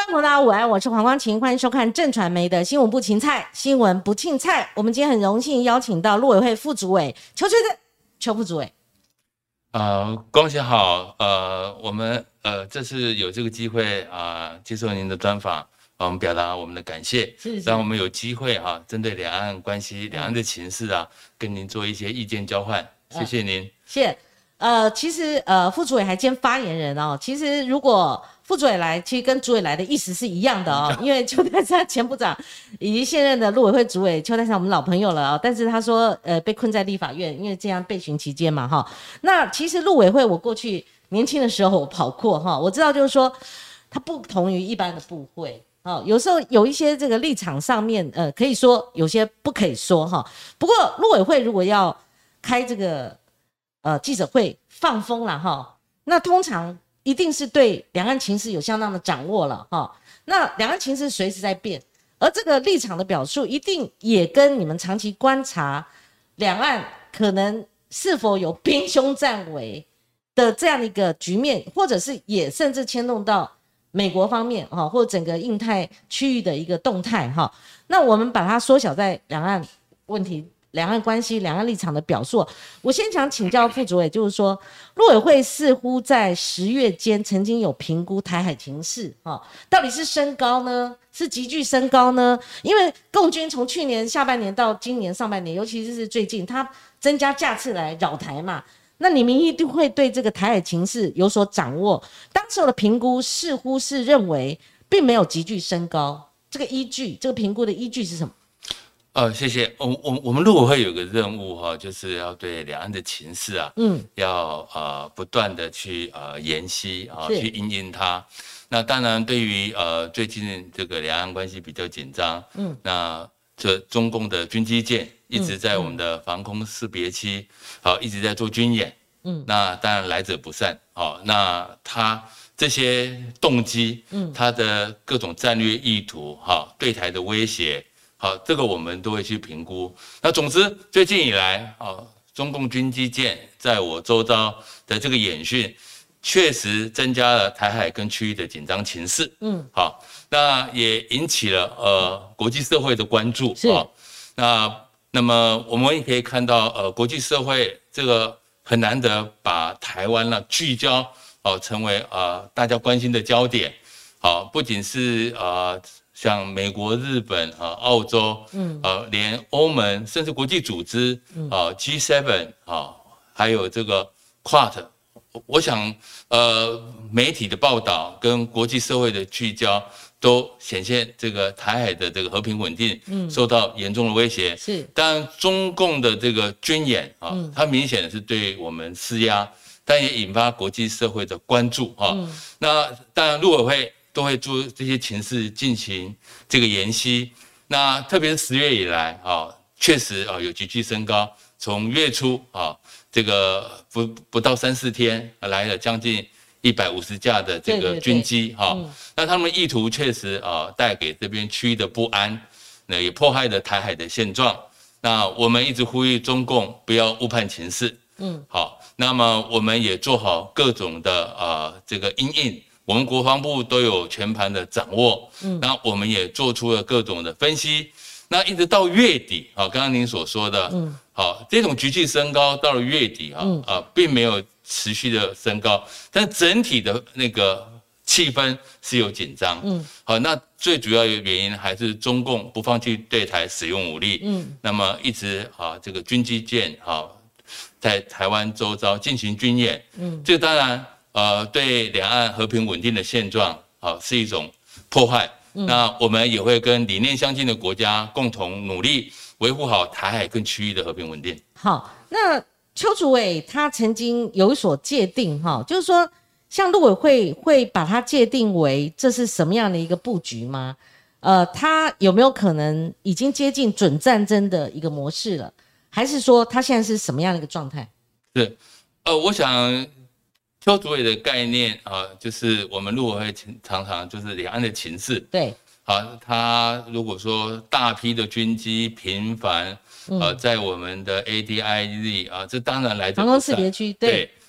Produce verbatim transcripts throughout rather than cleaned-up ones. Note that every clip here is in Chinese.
观众朋友大家午安，我是黄光芹，欢迎收看正传媒的新闻不芹菜，新闻不庆菜。我们今天很荣幸邀请到陆委会副主委邱垂正，邱副主委。 呃，光芹好，呃，我们呃这次有这个机会啊、呃，接受您的专访，我们表达我们的感谢， 是是让我们有机会啊，针对两岸关系、两岸的情势啊，跟您做一些意见交换，谢谢您。 谢谢。呃，其实呃，副主委还兼发言人哦。其实如果副主委来，其实跟主委来的意思是一样的哦。因为邱泰山前部长以及现任的陆委会主委邱泰山，我们老朋友了哦。但是他说，呃，被困在立法院，因为这样备询期间嘛，哈。那其实陆委会，我过去年轻的时候我跑过哈，我知道就是说，它不同于一般的部会。哦，有时候有一些这个立场上面，呃，可以说有些不可以说哈。不过陆委会如果要开这个呃记者会放风了哈，那通常一定是对两岸情势有相当的掌握了哈。那两岸情势随时在变，而这个立场的表述一定也跟你们长期观察两岸可能是否有兵凶战危的这样的一个局面，或者是也甚至牵动到美国方面哈，或整个印太区域的一个动态哈。那我们把它缩小在两岸问题、两岸关系、两岸立场的表述。我先想请教副主委，就是说，陆委会似乎在十月间曾经有评估台海情势哈，到底是升高呢，是急剧升高呢？因为共军从去年下半年到今年上半年，尤其是最近，它增加架次来扰台嘛。那你们一定会对这个台海情势有所掌握。当时的评估似乎是认为并没有急剧升高，这个依据，这个评估的依据是什么？ 呃，谢谢。我我我们陆委会有个任务哈，就是要对两岸的情势啊，嗯，要呃不断的去呃研析啊，去因应它。那当然，对于呃最近这个两岸关系比较紧张，嗯，那这中共的军机舰一直在我们的防空识别区，好、嗯，一直在做军演，嗯，那当然来者不善，好、哦，那他这些动机，嗯，他的各种战略意图，哈、哦，对台的威胁，好，这个我们都会去评估。那总之，最近以来，哦，中共军机舰在我周遭的这个演训，确实增加了台海跟区域的紧张情势，嗯，好。那也引起了呃国际社会的关注啊。那那么我们也可以看到，呃，国际社会这个很难得把台湾呢聚焦哦、呃，成为呃大家关心的焦点。好、呃，不仅是呃像美国、日本啊、呃、澳洲，嗯，呃，连欧盟甚至国际组织啊、呃、G 七 啊、呃，还有这个 Quad， 我想呃媒体的报道跟国际社会的聚焦，都显现这个台海的这个和平稳定受到严重的威胁。是，当然中共的这个军演啊，它明显的是对我们施压，但也引发国际社会的关注啊。那当然陆委会都会就这些情势进行这个研析。那特别是十月以来啊，确实啊有急剧升高，从月初啊这个不不到三四天来了将近一百五十架的这个军机哈，那他们意图确实啊带给这边区域的不安，那也迫害了台海的现状。那我们一直呼吁中共不要误判情势，嗯，好，那么我们也做好各种的啊这个因应，我们国防部都有全盘的掌握，嗯，那我们也做出了各种的分析。那一直到月底啊，刚刚您所说的，嗯，好，这种急剧升高到了月底啊，啊，并没有持续的升高，但整体的那个气氛是有紧张，嗯，好，那最主要的原因还是中共不放弃对台使用武力，嗯，那么一直啊这个军机舰啊在台湾周遭进行军演，嗯，这当然呃对两岸和平稳定的现状啊是一种破坏。那我们也会跟理念相近的国家共同努力，维护好台海跟区域的和平稳定。 好，那邱主委他曾经有所界定哈，就是说，像陆委会会把它界定为这是什么样的一个布局吗？呃，它有没有可能已经接近准战争的一个模式了？还是说它现在是什么样的一个状态？ 是，呃，我想。邱主委的概念啊，就是我们陆委会常常就是两岸的情势。对，好，他如果说大批的军机频繁，呃，在我们的 A D I Z 啊，这当然来自防空识别区。对，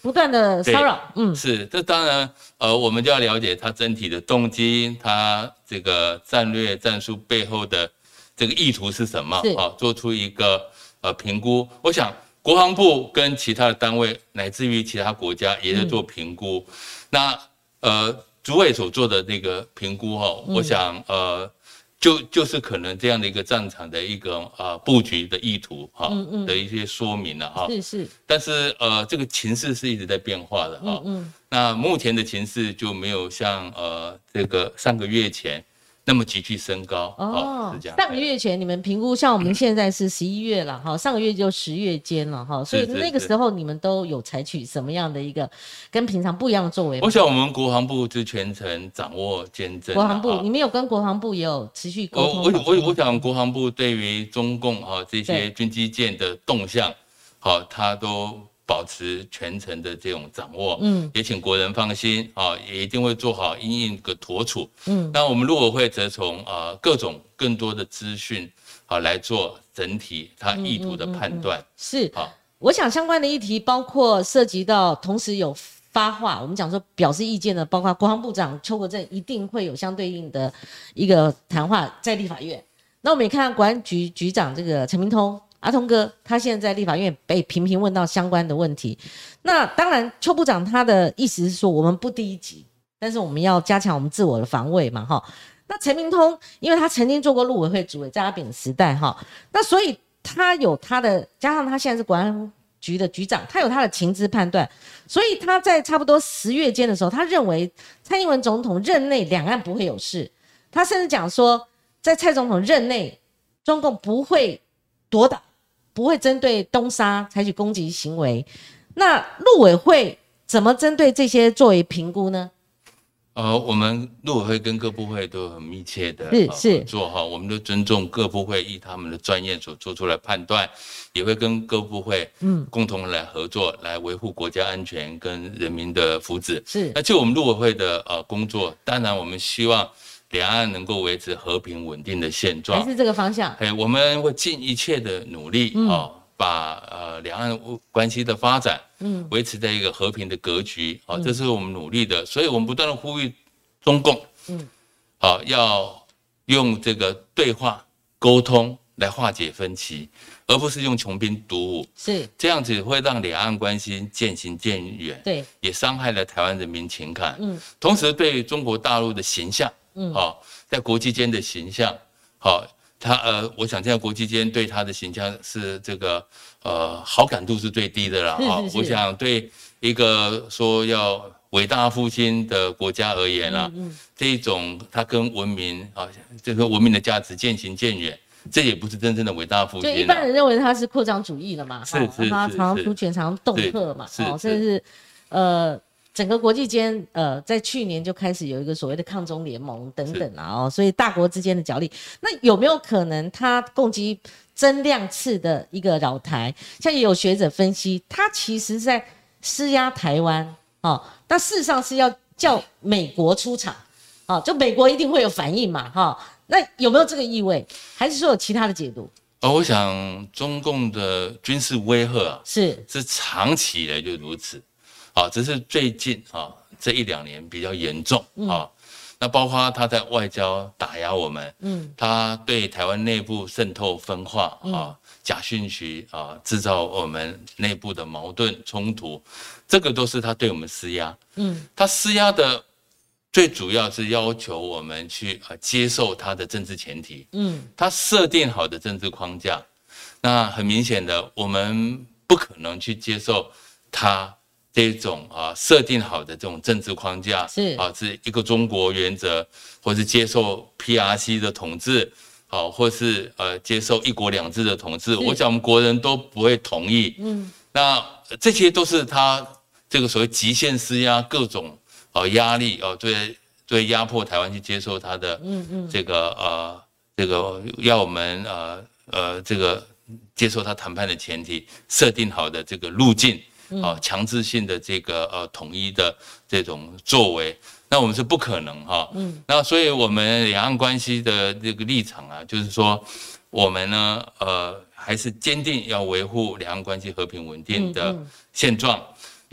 不断的骚扰，嗯， 是，这当然，呃，我们就要了解他整体的动机，他这个战略战术背后的这个意图是什么，啊，做出一个呃评估。我想国防部跟其他的单位，乃至于其他国家也在做评估。嗯、那呃，主委所做的那个评估，哈，我想呃。就就是可能这样的一个战场的一个呃布局的意图哈、嗯嗯、的一些说明了哈， 是是， 但是呃这个情势是一直在变化的哈，嗯嗯，那目前的情势就没有像呃这个上个月前那么急剧升高哦，是这样。上个月前你们评估，像我们现在是十一月了哈，上个月就十月间了哈，所以那个时候你们都有采取什么样的一个跟平常不一样的作为？ 我想我们国防部就全程掌握监侦。 国防部，你们有跟国防部也有持续沟通？ 我我我想国防部对于中共哈这些军机舰的动向，好，他都保持全程的这种掌握，嗯，也请国人放心啊，也一定会做好因应个妥处，嗯。那我们陆委会则从呃各种更多的资讯啊来做整体他意图的判断，嗯嗯嗯嗯是好。我想相关的议题包括涉及到，同时有发话，我们讲说表示意见的，包括国防部长邱国正一定会有相对应的一个谈话在立法院。那我们也看到国安局局长这个陈明通。阿通哥，他现在在立法院被频频问到相关的问题。那当然，邱部长他的意思是说，我们不第一级，但是我们要加强我们自我的防卫嘛，哈。那陈明通，因为他曾经做过陆委会主委，在阿扁时代，哈，那所以他有他的，加上他现在是国安局的局长，他有他的情资判断，所以他在差不多十月间的时候，他认为蔡英文总统任内两岸不会有事，他甚至讲说，在蔡总统任内，中共不会夺岛。不会针对东沙采取攻击行为，那陆委会怎么针对这些作为评估呢？ 呃，我们陆委会跟各部会都很密切的合作哈，我们都尊重各部会依他们的专业所做出来判断，也会跟各部会嗯共同来合作，嗯、来维护国家安全跟人民的福祉。 是， 那就我们陆委会的呃工作，当然我们希望。两岸能够维持和平稳定的现状， 还是这个方向。 哎，我们会尽一切的努力，嗯哦、把呃两岸关系的发展，嗯，维持在一个和平的格局，哦，嗯、这是我们努力的。所以我们不断的呼吁中共，嗯，好、哦，要用这个对话沟通来化解分歧，而不是用穷兵黩武。 是这样子会让两岸关系渐行渐远， 对， 也伤害了台湾人民情感，嗯，同时对中国大陆的形象。嗯，好，在国际间的形象，好，他呃，我想现在国际间对他的形象是这个呃好感度是最低的啦，哈，我想对一个说要伟大复兴的国家而言啦，嗯嗯这一种他跟文明啊，这个文明的价值渐行渐远，这也不是真正的伟大复兴。 就一般人认为他是扩张主义了嘛， 是是是， 他常常出拳，常常恫吓嘛，哦，甚至呃。整个国际间，呃，在去年就开始有一个所谓的抗中联盟等等啦，哦，所以大国之间的角力，那有没有可能他攻击增量次的一个扰台？像也有学者分析，他其实在施压台湾，哦，但事实上是要叫美国出场，哦，就美国一定会有反应嘛，哈、哦，那有没有这个意味？还是说有其他的解读？ 哦，我想中共的军事威吓啊， 是是长期以来就如此。好，只是最近啊这一两年比较严重啊、嗯，那包括他在外交打压我们，嗯，他对台湾内部渗透分化啊、嗯、假讯息啊，制造我们内部的矛盾冲突，这个都是他对我们施压，嗯，他施压的最主要是要求我们去啊接受他的政治前提，嗯，他设定好的政治框架，那很明显的我们不可能去接受他。这种啊设定好的这种政治框架是啊，是一个中国原则，或是接受 P R C 的统治，好、啊，或是呃接受一国两制的统治，我想我们国人都不会同意。嗯，那这些都是他这个所谓极限施压各种呃压力哦、啊，对对压迫台湾去接受他的嗯嗯这个呃这个要我们呃呃这个接受他谈判的前提设定好的这个路径。啊，强制性的这个呃统一的这种作为，那我们是不可能哈。嗯，那所以我们两岸关系的这个立场啊，就是说我们呢呃还是坚定要维护两岸关系和平稳定的现状。嗯嗯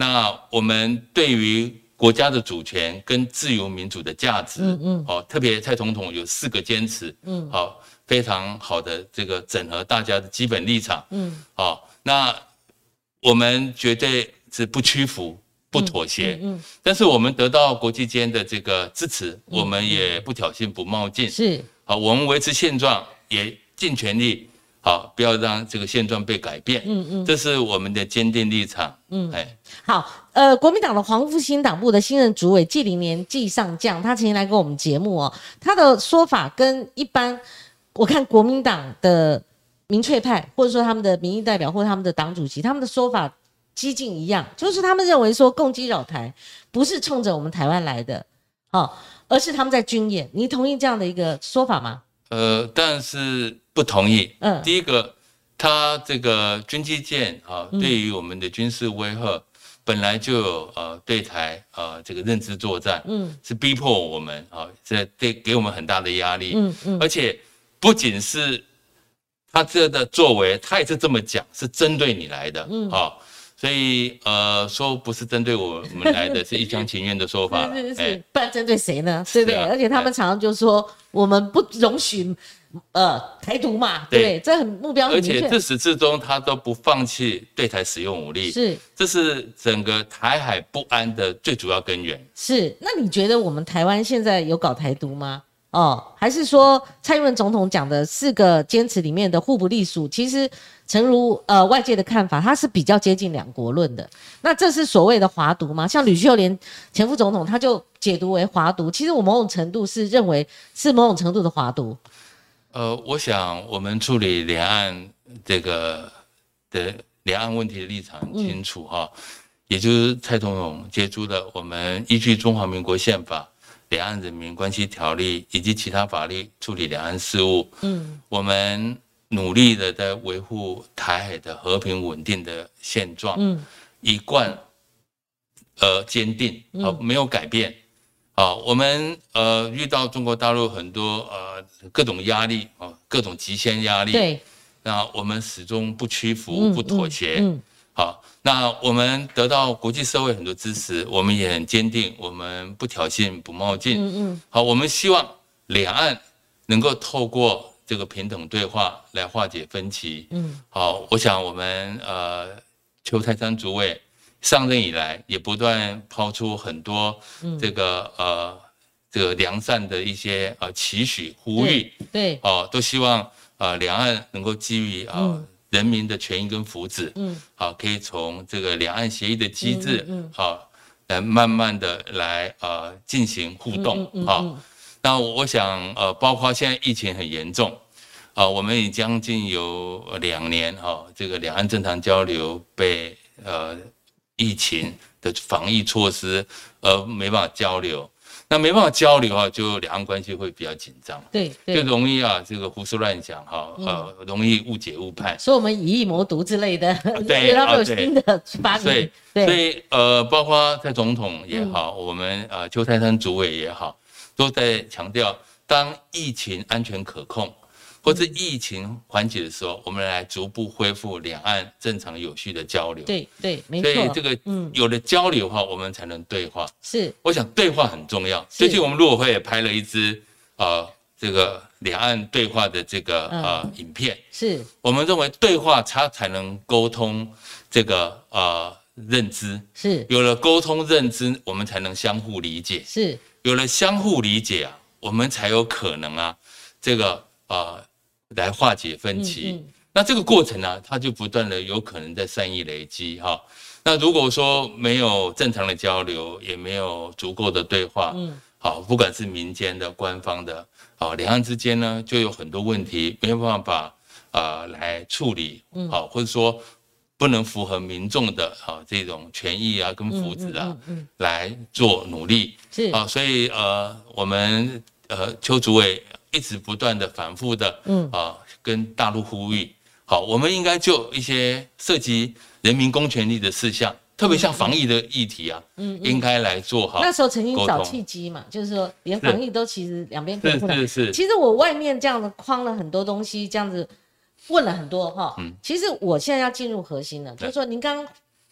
那我们对于国家的主权跟自由民主的价值，嗯嗯，好，特别蔡总统有四个坚持，嗯，好，非常好的这个整合大家的基本立场，嗯，好，那我们绝对是不屈服、不妥协，嗯，嗯嗯但是我们得到国际间的这个支持，嗯、我们也不挑衅、不冒进， 是， 好，我们维持现状，也尽全力。好，不要让这个现状被改变。嗯嗯，这是我们的坚定立场。嗯，哎， 好，呃，国民党的黄复兴党部的新任主委纪凌年纪上将，他曾经来跟我们节目哦，他的说法跟一般我看国民党的民粹派，或者说他们的民意代表或者他们的党主席，他们的说法激进一样，就是他们认为说共机扰台不是冲着我们台湾来的，哦，而是他们在军演。你同意这样的一个说法吗？ 呃，但是不同意。嗯，第一个，他这个军机舰啊，对于我们的军事威吓，本来就有呃对台呃这个认知作战，嗯，是逼迫我们啊，这对给我们很大的压力，嗯嗯，而且不仅是他这的作为，他也是这么讲，是针对你来的，嗯，啊。所以，呃，说不是针对我们来的，是一厢情愿的说法。 是是是，欸、不然针对谁呢？对不对？啊、而且他们常常就说，我们不容许呃台独嘛，对不对？这很目标很明确。 而且自始至终，他都不放弃对台使用武力。 是， 这是整个台海不安的最主要根源。 是，那你觉得我们台湾现在有搞台独吗？哦，还是说蔡英文总统讲的四个坚持里面的互不隶属，其实诚如呃外界的看法，它是比较接近两国论的。那这是所谓的华独吗？像吕秀莲前副总统他就解读为华独，其实我某种程度是认为是某种程度的华独。 呃，我想我们处理两岸这个的两岸问题的立场很清楚哈、嗯，也就是蔡总统接触了我们依据中华民国宪法。两岸人民关系条例以及其他法律处理两岸事务，嗯，我们努力的在维护台海的和平稳定的现状，嗯，一贯呃坚定，啊，没有改变，啊，我们呃遇到中国大陆很多呃各种压力啊，各种极限压力， 对， 那我们始终不屈服，不妥协，嗯。嗯好，那我们得到国际社会很多支持，我们也很坚定，我们不挑衅、不冒进。嗯嗯。好，我们希望两岸能够透过这个平等对话来化解分歧。嗯。好，我想我们呃邱泰山主委上任以来，也不断抛出很多这个、嗯、呃这个良善的一些呃期许、呼吁。 对。 哦，都希望呃两岸能够基于啊。呃嗯人民的权益跟福祉，嗯，好，可以从这个两岸协议的机制，嗯，好，来慢慢的来呃进行互动，好，那我想呃，包括现在疫情很严重，啊，我们已将近有两年哈，这个两岸正常交流被呃疫情的防疫措施呃没办法交流。那没办法交流啊，就两岸关系会比较紧张， 对， 就容易啊这个胡思乱想哈，呃，容易误解误判， 所以我们以疫谋独之类的，对，他们有新的发明， 对，所以呃，包括蔡总统也好，我们呃邱泰山主委也好，都在强调，当疫情安全可控，或是疫情缓解的时候，我们来逐步恢复两岸正常有序的交流。 对对，没错。 所以这个有了交流的话，我们才能对话。 是， 我想对话很重要。最近我们陆委会也拍了一支呃这个两岸对话的这个呃、嗯、影片。 是， 我们认为对话它才能沟通这个呃认知。 是， 有了沟通认知，我们才能相互理解。 是， 有了相互理解啊，我们才有可能啊这个呃。来化解分歧，嗯嗯、那这个过程呢、啊，它就不断的有可能在善意累积哈。那如果说没有正常的交流，也没有足够的对话，嗯，好，不管是民间的、官方的，好，两岸之间呢，就有很多问题没有办法啊、呃、来处理，好，或者说不能符合民众的啊这种权益啊跟福祉啊，嗯嗯嗯嗯、来做努力， 是啊，所以呃，我们呃邱主委。一直不断的反复的，嗯啊，跟大陆呼吁，好，我们应该就一些涉及人民公权力的事项，特别像防疫的议题啊，嗯，应该来做好。 那时候曾经找契机嘛，就是说连防疫都其实两边可以互是是是。 其实我外面这样子框了很多东西，这样子问了很多哈，嗯，其实我现在要进入核心了，就是说您刚刚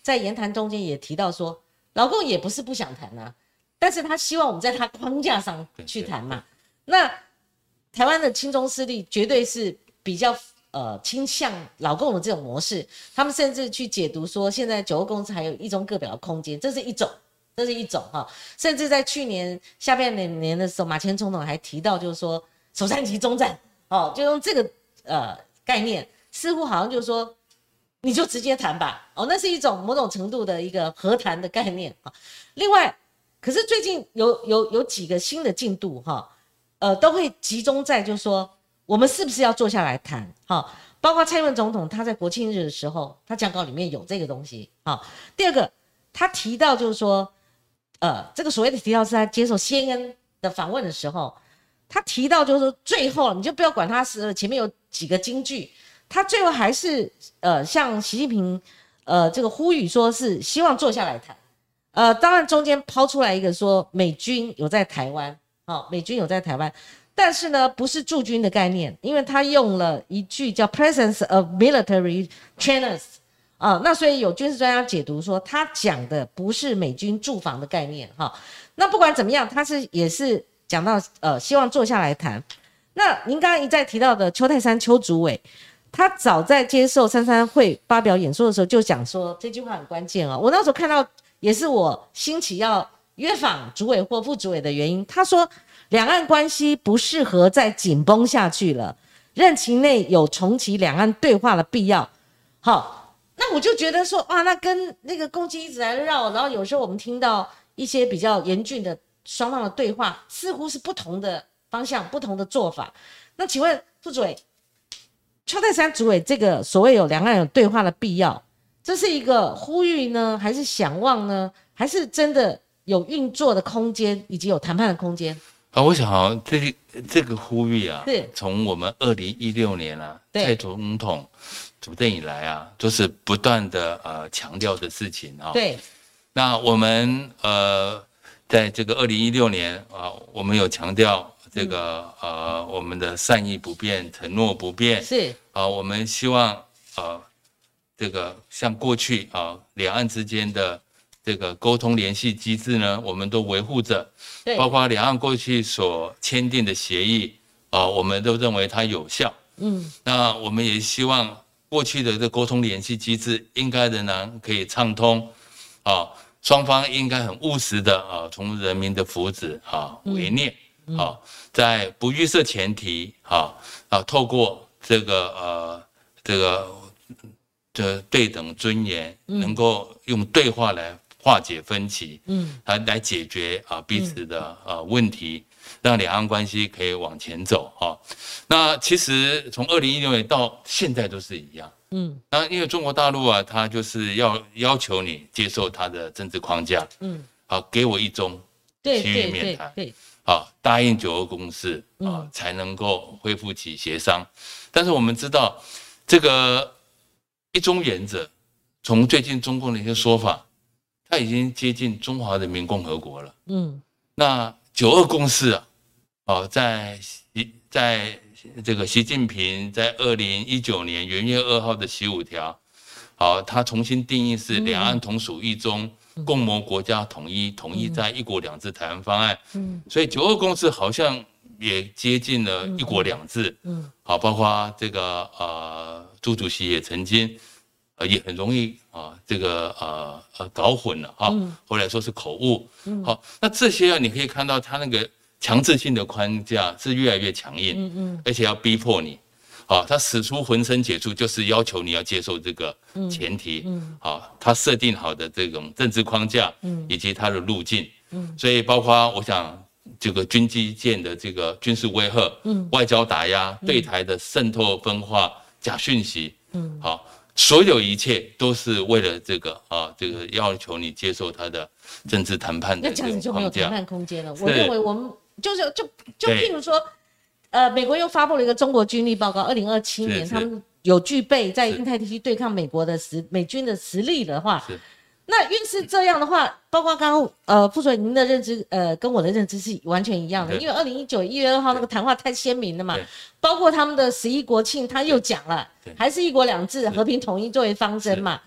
在言谈中间也提到说，老共也不是不想谈啊，但是他希望我们在他框架上去谈嘛。那台湾的亲中势力绝对是比较呃倾向老共的这种模式，他们甚至去解读说，现在九二共识还有一中各表的空间，这是一种。这是一种哈，甚至在去年下半年的时候，马前总统还提到，就是说首三级中战哦，就用这个呃概念，似乎好像就是说你就直接谈吧哦，那是一种某种程度的一个和谈的概念啊。另外，可是最近有有有几个新的进度哈，呃，都会集中在就是说我们是不是要坐下来谈哈，包括蔡英文总统他在国庆日的时候，他讲稿里面有这个东西啊。第二个，他提到就是说。呃，这个所谓的提到是他接受 C N N 的访问的时候，他提到就是说，最后你就不要管他是前面有几个金句，他最后还是呃向习近平呃这个呼吁说是希望坐下来谈。呃，当然中间抛出来一个说美军有在台湾，哦，美军有在台湾，但是呢不是驻军的概念，因为他用了一句叫 presence of military trainers。啊、呃，那所以有军事专家解读说，他讲的不是美军驻防的概念哈。那不管怎么样，他是也是讲到呃，希望坐下来谈。那您刚刚一再提到的邱泰山邱主委，他早在接受三三会发表演说的时候就讲说这句话很关键哦。我那时候看到也是我兴起要约访主委或副主委的原因。他说，两岸关系不适合再紧绷下去了，任期内有重启两岸对话的必要。好。那我就觉得说，哇，那跟那个攻击一直在绕，然后有时候我们听到一些比较严峻的双方的对话，似乎是不同的方向、不同的做法。那请问副主委，邱泰山主委这个所谓有两岸有对话的必要，这是一个呼吁呢，还是想望呢，还是真的有运作的空间，以及有谈判的空间？ 啊，我想啊，这这个呼吁啊， 是从我们二零一六年啊，蔡总统主政以来啊，都是不断的呃强调的事情啊。 对。 那我们呃，在这个二零一六年啊，我们有强调这个、嗯、呃我们的善意不变，承诺不变。 是啊，我们希望呃这个像过去啊两岸之间的这个沟通联系机制呢，我们都维护着。对，包括两岸过去所签订的协议啊，我们都认为它有效。嗯，那我们也希望过去的这沟通联系机制应该仍然可以畅通，啊，双方应该很务实的啊，从人民的福祉啊为念，啊，在不预设前提，啊啊，透过这个呃这个的对等尊严，能够用对话来化解分歧，嗯，来来解决啊彼此的呃问题。让两岸关系可以往前走哈、哦，那其实从二零一六年到现在都是一样，嗯，那因为中国大陆啊，它就是要要求你接受它的政治框架，嗯，好，给我一中， 对区域面谈， 对， 好，答应九二共识啊、嗯，才能够恢复起协商。但是我们知道，这个一中原则，从最近中共的一些说法，它已经接近中华人民共和国了，嗯，那九二共识啊。哦，在在这个习近平在二零一九年元月二号的十五条，好，他重新定义是两岸同属一中，共谋国家统一，统一在一国两制台湾方案。嗯，所以九二共识好像也接近了一国两制。嗯，好，包括这个呃，朱主席也曾经，呃，也很容易啊，这个呃呃搞混了哈，后来说是口误。好，那这些啊，你可以看到他那个。强制性的框架是越来越强硬，嗯嗯，而且要逼迫你，好，他使出浑身解数，就是要求你要接受这个前提，嗯，好，他设定好的这种政治框架，嗯，以及他的路径，嗯，所以包括我想这个军机舰的这个军事威吓，嗯，外交打压，对台的渗透分化、假讯息，嗯，好。所有一切都是为了这个啊，这个要求你接受他的政治谈判的这种框架，那这样子就没有谈判空间了。我认为我们就是就就譬如说，呃，美国又发布了一个中国军力报告，二零二七年他们有具备在印太地区对抗美国的实美军的实力的话，那越是这样的话，包括刚刚呃副主任您的认知，呃，跟我的认知是完全一样的，因为二零一九一月二号那个谈话太鲜明了嘛，包括他们的十一国庆他又讲了，还是一国两制和平统一作为方针嘛。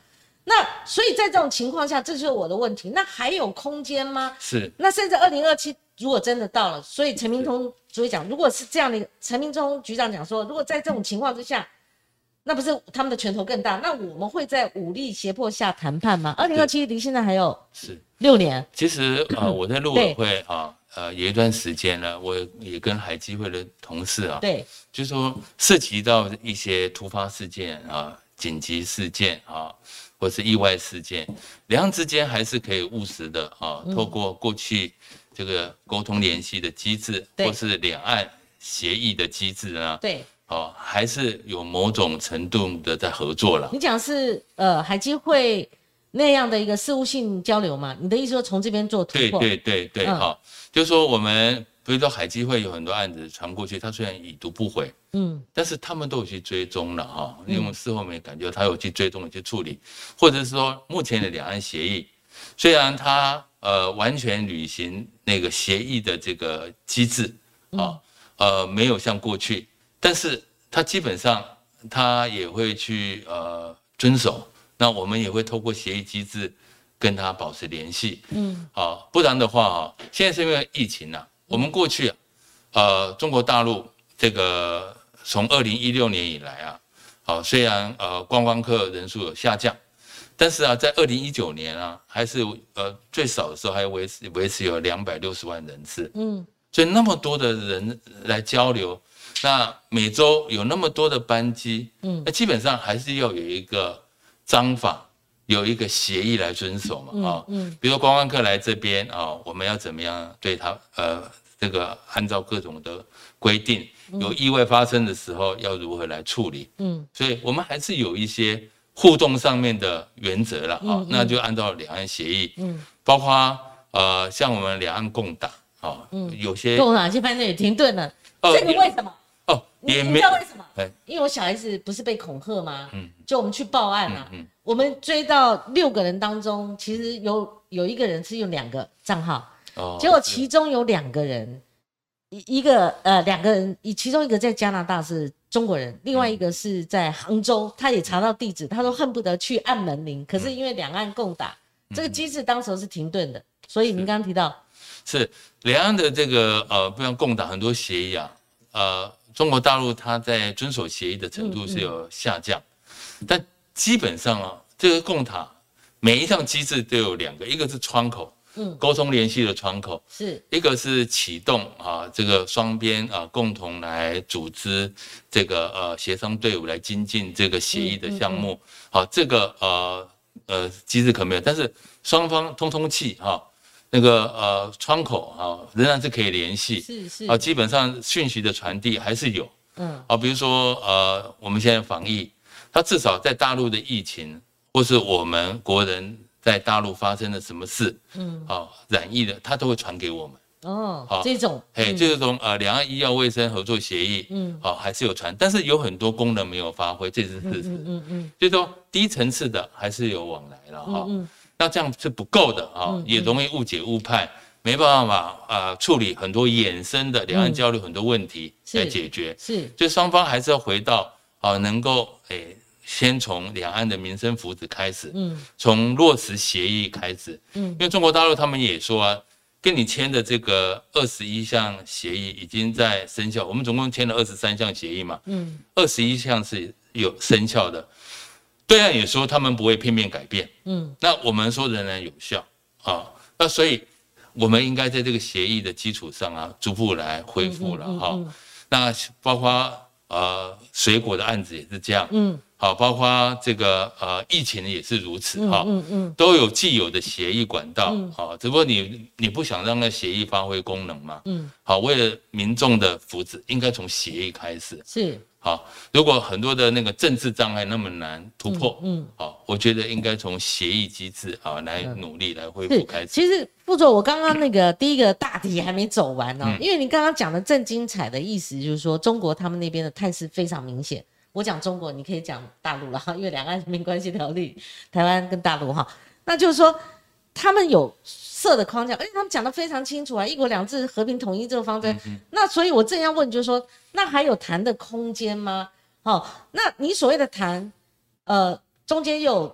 那所以在这种情况下，这就是我的问题。那还有空间吗？ 是。 那甚至二零二七如果真的到了，所以陈明通主席讲，如果是这样的，陈明通局长讲说，如果在这种情况之下，那不是他们的拳头更大？那我们会在武力胁迫下谈判吗？二零二七离现在还有是六年。 其实呃，我在陆委会啊，呃，有一段时间了，我也跟海基会的同事啊， 对， 就是说涉及到一些突发事件啊、紧急事件啊，或是意外事件，两岸之间还是可以务实的啊，透过过去这个沟通联系的机制，或是两岸协议的机制啊， 对。 哦，还是有某种程度的在合作了。 你讲是呃海基会那样的一个事务性交流嘛？你的意思说从这边做突破？ 对对对对，好、嗯，就是说我们比如说海基会有很多案子传过去，他虽然已读不回，嗯，但是他们都有去追踪了哈，因为我们事后没感觉他有去追踪、有去处理，或者是说目前的两岸协议，虽然他呃完全履行那个协议的这个机制啊，呃没有像过去。但是他基本上他也会去呃遵守，那我们也会透过协议机制跟他保持联系，嗯，好，不然的话啊，现在是因为疫情啊，我们过去啊，呃，中国大陆这个从二零一六年以来啊，好，虽然呃观光客人数有下降，但是啊，在二零一九年啊，还是呃最少的时候还维持维持有两百六十万人次，嗯，所以那么多的人来交流。那每周有那么多的班机，嗯，那基本上还是要有一个章法，有一个协议来遵守嘛，啊、嗯，嗯，比如说观光客来这边啊，我们要怎么样对他，呃，这个按照各种的规定，有意外发生的时候要如何来处理，嗯，所以我们还是有一些互动上面的原则了，啊，那就按照两岸协议，嗯，包括呃像我们两岸共打，啊，嗯，有些共打现在也停顿了，这个为什么？ 哦， 也没，你知道为什么？因为我小孩子不是被恐吓吗？嗯，就我们去报案啊，嗯嗯、我们追到六个人当中，其实有有一个人是用两个账号，哦，结果其中有两个人，一一个呃两个人，其中一个在加拿大是中国人，另外一个是在杭州，他也查到地址，他说恨不得去按门铃，可是因为两岸共打，嗯、这个机制当时是停顿的，所以您刚刚提到是两岸的这个呃，不像共打很多协议啊，呃。中国大陆它在遵守协议的程度是有下降，嗯嗯、但基本上啊，这个共塔每一项机制都有两个，一个是窗口，嗯，沟通联系的窗口， 是一个是启动啊，这个双边啊共同来组织这个呃协商队伍来精进这个协议的项目，好、嗯嗯嗯啊，这个呃呃机制可没有，但是双方通通气哈。啊那个呃窗口啊，仍然是可以联系， 是是啊，基本上讯息的传递还是有，嗯，啊，比如说呃，我们现在防疫，它至少在大陆的疫情，或是我们国人在大陆发生了什么事，嗯，啊，染疫的，它都会传给我们， 哦，好，这种， 哎，这种呃两岸医药卫生合作协议，嗯，好，还是有传，但是有很多功能没有发挥，这是事实，嗯嗯嗯，就是说低层次的还是有往来了哈。嗯嗯那这样是不够的啊，也容易误解误判，没办法啊、呃、处理很多衍生的两岸交流很多问题来解决。 是， 所以双方还是要回到啊，能够诶，先从两岸的民生福祉开始，嗯，从落实协议开始，嗯，因为中国大陆他们也说啊，跟你签的这个二十一项协议已经在生效，我们总共签了二十三项协议嘛，嗯，二十一项是有生效的。对岸也说他们不会片面改变，嗯，那我们说仍然有效啊，那所以我们应该在这个协议的基础上啊，逐步来恢复了哈、嗯嗯嗯。那包括呃水果的案子也是这样，嗯，好，包括这个呃疫情也是如此哈，嗯 嗯, 嗯，都有既有的协议管道，嗯，好，只不过你你不想让那协议发挥功能嘛，嗯，好，为了民众的福祉，应该从协议开始， 是。 好，如果很多的那个政治障碍那么难突破，嗯，嗯好，我觉得应该从协议机制啊来努力来恢复开始。 其实副座，我刚刚那个第一个大题还没走完哦，嗯、因为你刚刚讲的正精彩的意思就是说，中国他们那边的态势非常明显。我讲中国，你可以讲大陆了，因为两岸人民关系条例，台湾跟大陆哈，那就是说他们有设的框架，而且他们讲得非常清楚啊，一国两制、和平统一这个方针。嗯、那所以我正要问，就是说，那还有谈的空间吗？好、哦，那你所谓的谈，呃，中间又有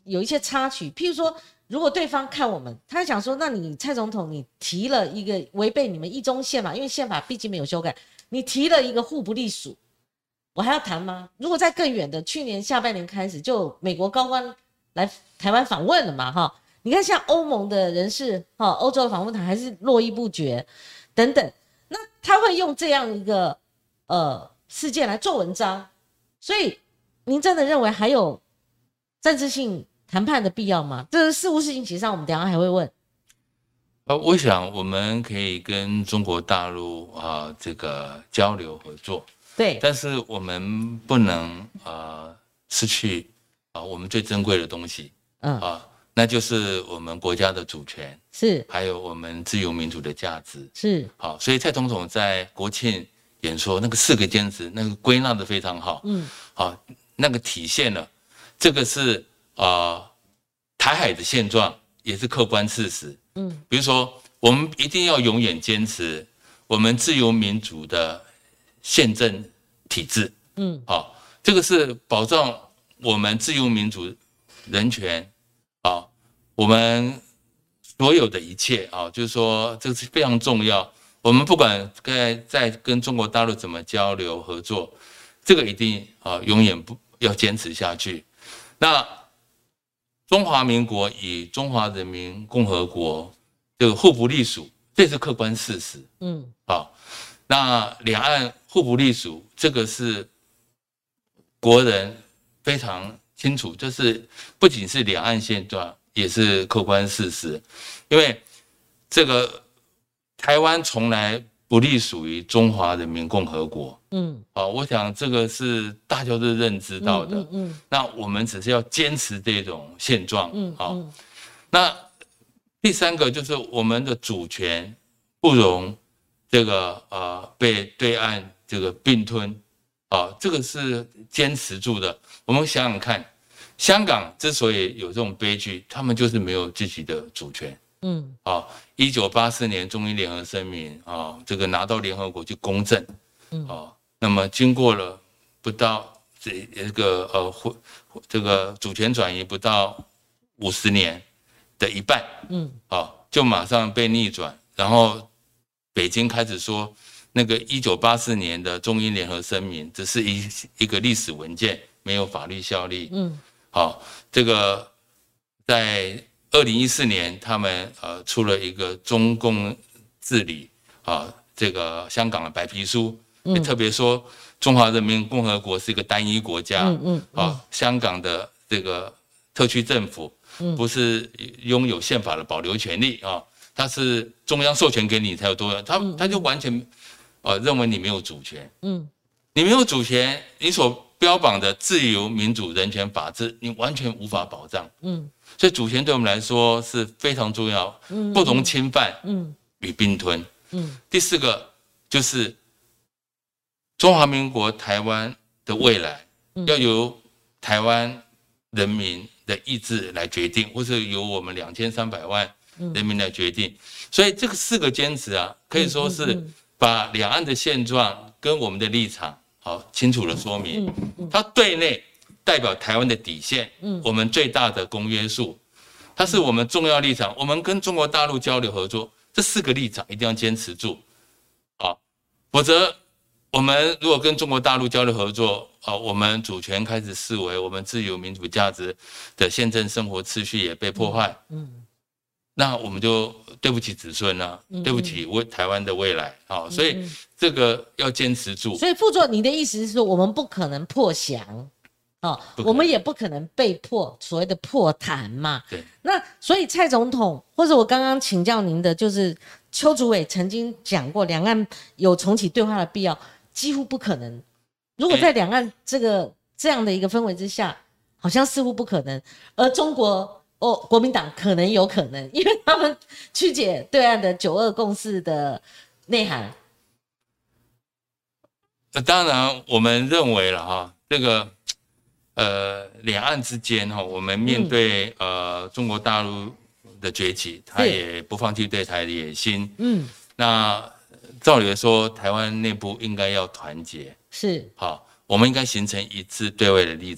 有一些插曲，譬如说，如果对方看我们，他想说，那你蔡总统你提了一个违背你们一中宪法，因为宪法毕竟没有修改，你提了一个互不隶属，我还要谈吗？如果在更远的，去年下半年开始，就美国高官来台湾访问了嘛，哈，你看像欧盟的人士，哈，欧洲的访问团还是络绎不绝，等等，那他会用这样一个呃事件来做文章，所以您真的认为还有政治性谈判的必要吗？这是事务事情，其实上我们等一下还会问。 呃，我想我们可以跟中国大陆啊这个交流合作， 对， 但是我们不能呃失去啊我们最珍贵的东西，嗯啊，那就是我们国家的主权， 是， 还有我们自由民主的价值， 是。 好，所以蔡总统在国庆演说那个四个坚持，那个归纳的非常好，嗯，好，那个体现了这个是啊、呃、台海的现状，也是客观事实。嗯，比如说，我们一定要永远坚持我们自由民主的宪政体制。嗯，好，这个是保障我们自由民主、人权，啊，我们所有的一切啊，就是说这个是非常重要。我们不管在在跟中国大陆怎么交流合作，这个一定啊永远不要坚持下去。那中华民国与中华人民共和国这个互不隶属，这是客观事实。嗯，好，那两岸互不隶属，这个是国人非常清楚，这是不仅是两岸现状，也是客观事实。因为这个台湾从来不隶属于中华人民共和国。嗯，好，我想这个是大家都认知到的。嗯嗯嗯，那我们只是要坚持这种现状。嗯，好，那第三个就是我们的主权不容这个呃被对岸这个并吞。啊，这个是坚持住的。我们想想看，香港之所以有这种悲剧，他们就是没有自己的主权。嗯，啊，一九八四年中英联合声明啊，这个拿到联合国去公证。嗯，啊。那么经过了不到这一个呃这个主权转移不到五十年的一半，嗯，啊，就马上被逆转，然后北京开始说那个一九八四年的中英联合声明只是一一个历史文件，没有法律效力，嗯，好，这个在二零一四年他们呃出了一个中共治理啊这个香港的白皮书。也特别说，中华人民共和国是一个单一国家，嗯嗯，啊，香港的这个特区政府不是拥有宪法的保留权利啊，它是中央授权给你才有多，他他就完全呃认为你没有主权，嗯，你没有主权，你所标榜的自由、民主、人权、法治，你完全无法保障，嗯，所以主权对我们来说是非常重要，嗯，不容侵犯，嗯，与并吞，嗯，第四个就是中华民国台湾的未来要由台湾人民的意志来决定，或是由我们两千三百万人民来决定。所以这个四个坚持啊，可以说是把两岸的现状跟我们的立场好清楚的说明。它对内代表台湾的底线，我们最大的公约数，它是我们重要立场。我们跟中国大陆交流合作，这四个立场一定要坚持住，好，否则我们如果跟中国大陆交流合作，啊，我们主权开始视为我们自由民主价值的宪政生活秩序也被破坏，嗯，那我们就对不起子孙了，啊，嗯，对不起为台湾的未来，好，嗯，所以这个要坚持住。 所以副座，你的意思是说，我们不可能破降，哦，我们也不可能被迫所谓的破谈嘛。 对。 那所以蔡总统，或者我刚刚请教您的，就是邱主委曾经讲过，两岸有重启对话的必要。几乎不可能。如果在两岸这个这样的一个氛围之下，好像似乎不可能。而中国哦，国民党可能有可能，因为他们曲解对岸的九二共识的内涵。 当然，我们认为了哈，这个呃两岸之间哈，我们面对、嗯、呃中国大陆的崛起，他也不放弃对台的野心。嗯，那。照理说，台湾内部应该要团结， 是好， 我们应该形成一致对外的立场。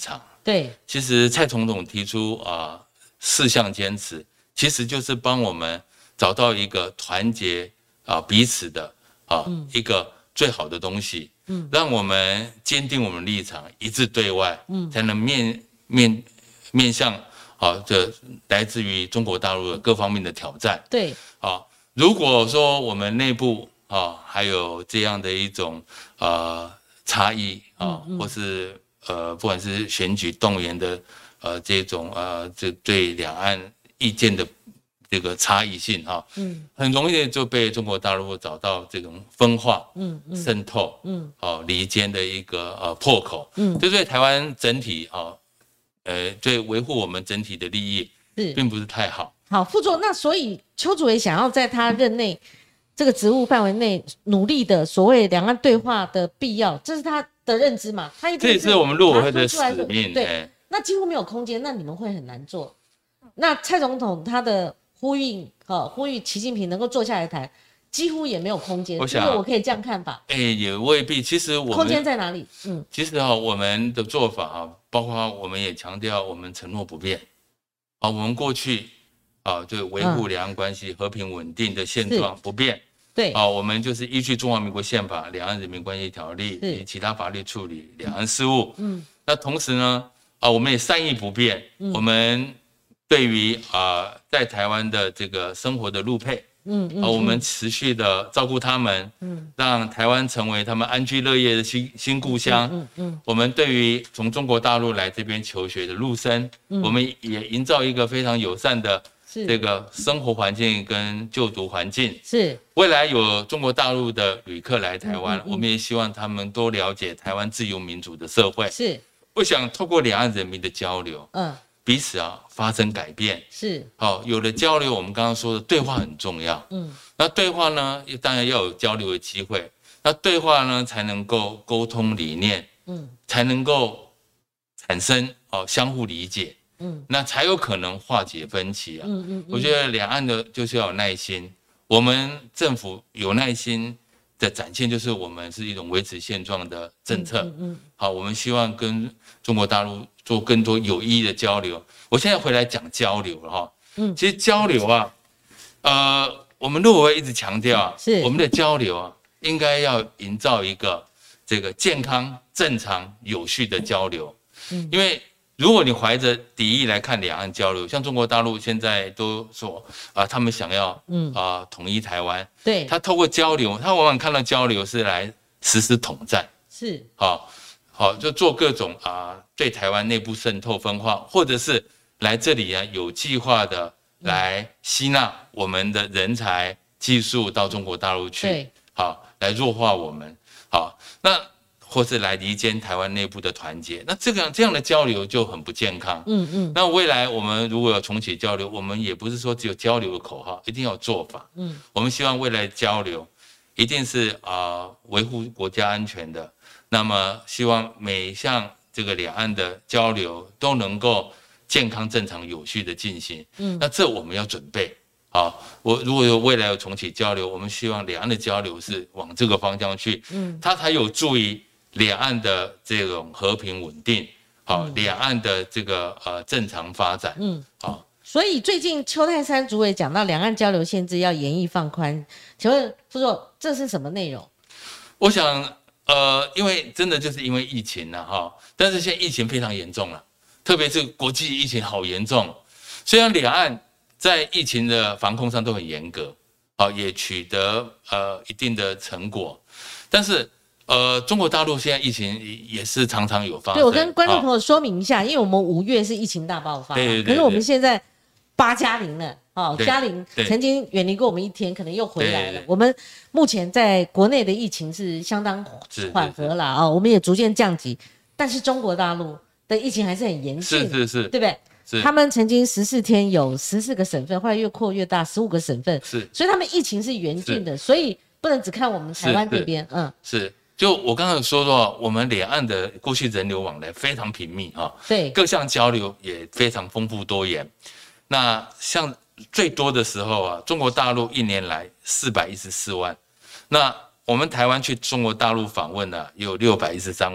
对， 其实蔡总统提出啊、呃、四项坚持，其实就是帮我们找到一个团结啊、呃、彼此的啊、嗯、一个最好的东西，嗯，让我们坚定我们立场，一致对外，嗯，才能面面面向啊这来自于中国大陆的各方面的挑战， 对， 啊，如果说我们内部啊还有这样的一种呃差异啊，嗯嗯或是呃，不管是选举动员的，呃，这种呃，这对两岸意见的这个差异性哈，嗯，很容易就被中国大陆找到这种分化、嗯嗯渗透、嗯，哦离间的一个呃破口，嗯，这对台湾整体啊，呃，对维护我们整体的利益是并不是太好。 好，副座，那所以邱主委想要在他任内这个职务范围内努力的所谓两岸对话的必要，这是他的认知嘛？他一定是这也是我们陆委会的使命。 对，欸、那几乎没有空间，那你们会很难做。那蔡总统他的呼吁，哦，呼吁习近平能够坐下来谈，几乎也没有空间。我想，我可以这样看法。 哎、欸，也未必。其实我们空间在哪里？嗯， 其实哈，我们的做法啊，包括我们也强调我们承诺不变。啊，我们过去啊，对维护两岸关系和平稳定的现状不变。 对啊，我们就是依据中华民国宪法、两岸人民关系条例以及其他法律处理两岸事务。嗯，那同时呢，啊，我们也善意不变。嗯，我们对于啊，在台湾的这个生活的陆配，嗯嗯，啊，我们持续的照顾他们，嗯，让台湾成为他们安居乐业的新新故乡。嗯 嗯, 嗯，我们对于从中国大陆来这边求学的陆生，嗯，我们也营造一个非常友善的。这个生活环境跟就读环境是未来有中国大陆的旅客来台湾，嗯嗯嗯我们也希望他们多了解台湾自由民主的社会。 是， 我想透过两岸人民的交流，嗯，彼此啊发生改变。 是， 好、哦，有了交流，我们刚刚说的对话很重要。嗯，那对话呢，当然要有交流的机会。那对话呢，才能够沟通理念，嗯，才能够产生哦相互理解。嗯，那才有可能化解分歧啊。嗯 嗯, 嗯，我觉得两岸的就是要有耐心，我们政府有耐心的展现，就是我们是一种维持现状的政策。嗯 嗯, 嗯，好，我们希望跟中国大陆做更多有意义的交流。我现在回来讲交流了哈。嗯，其实交流啊，呃，我们陆委会一直强调啊，是我们的交流啊，应该要营造一个这个健康、正常、有序的交流。嗯，因为如果你怀着敌意来看两岸交流，像中国大陆现在都说啊、呃，他们想要嗯啊、呃、统一台湾， 对， 他透过交流，他往往看到交流是来实施统战， 是好好就做各种啊、呃、对台湾内部渗透分化，或者是来这里啊有计划的来吸纳我们的人才技术到中国大陆去， 对， 好来弱化我们，好那。或是来离间台湾内部的团结，那这个这样的交流就很不健康。嗯嗯。那未来我们如果要重启交流，我们也不是说只有交流的口号，一定要有做法。嗯。我们希望未来交流一定是啊、呃、维护国家安全的。那么希望每一项这个两岸的交流都能够健康、正常、有序的进行。嗯。那这我们要准备。好，我如果有未来有重启交流，我们希望两岸的交流是往这个方向去。嗯。它才有助于两岸的这种和平稳定，好，嗯、两岸的这个呃正常发展，嗯，好。 所以最近邱泰山主委讲到两岸交流限制要严议放宽，请问副座这是什么内容？ 我想，呃，因为真的就是因为疫情了、啊、哈，但是现在疫情非常严重了，特别是国际疫情好严重，虽然两岸在疫情的防控上都很严格，好，也取得呃一定的成果，但是。呃，中国大陆现在疫情也是常常有发生。 对，我跟观众朋友说明一下，哦、因为我们五月是疫情大爆发，对对对对，可是我们现在八加零了，哦，加零曾经远离过我们一天，可能又回来了。对对对，我们目前在国内的疫情是相当缓和了啊、哦，我们也逐渐降级，但是中国大陆的疫情还是很严峻， 是是是， 对不对？他们曾经十四天有十四个省份，后来越扩越大，十五个省份，是，所以他们疫情是严峻的，所以不能只看我们台湾这边，嗯， 是。就我刚才说到，我们两岸的过去人流往来非常频密啊， 对， 各项交流也非常丰富多元。那像最多的时候啊，中国大陆一年来四百一十四万，那我们台湾去中国大陆访问呢、啊，有六百一十三万。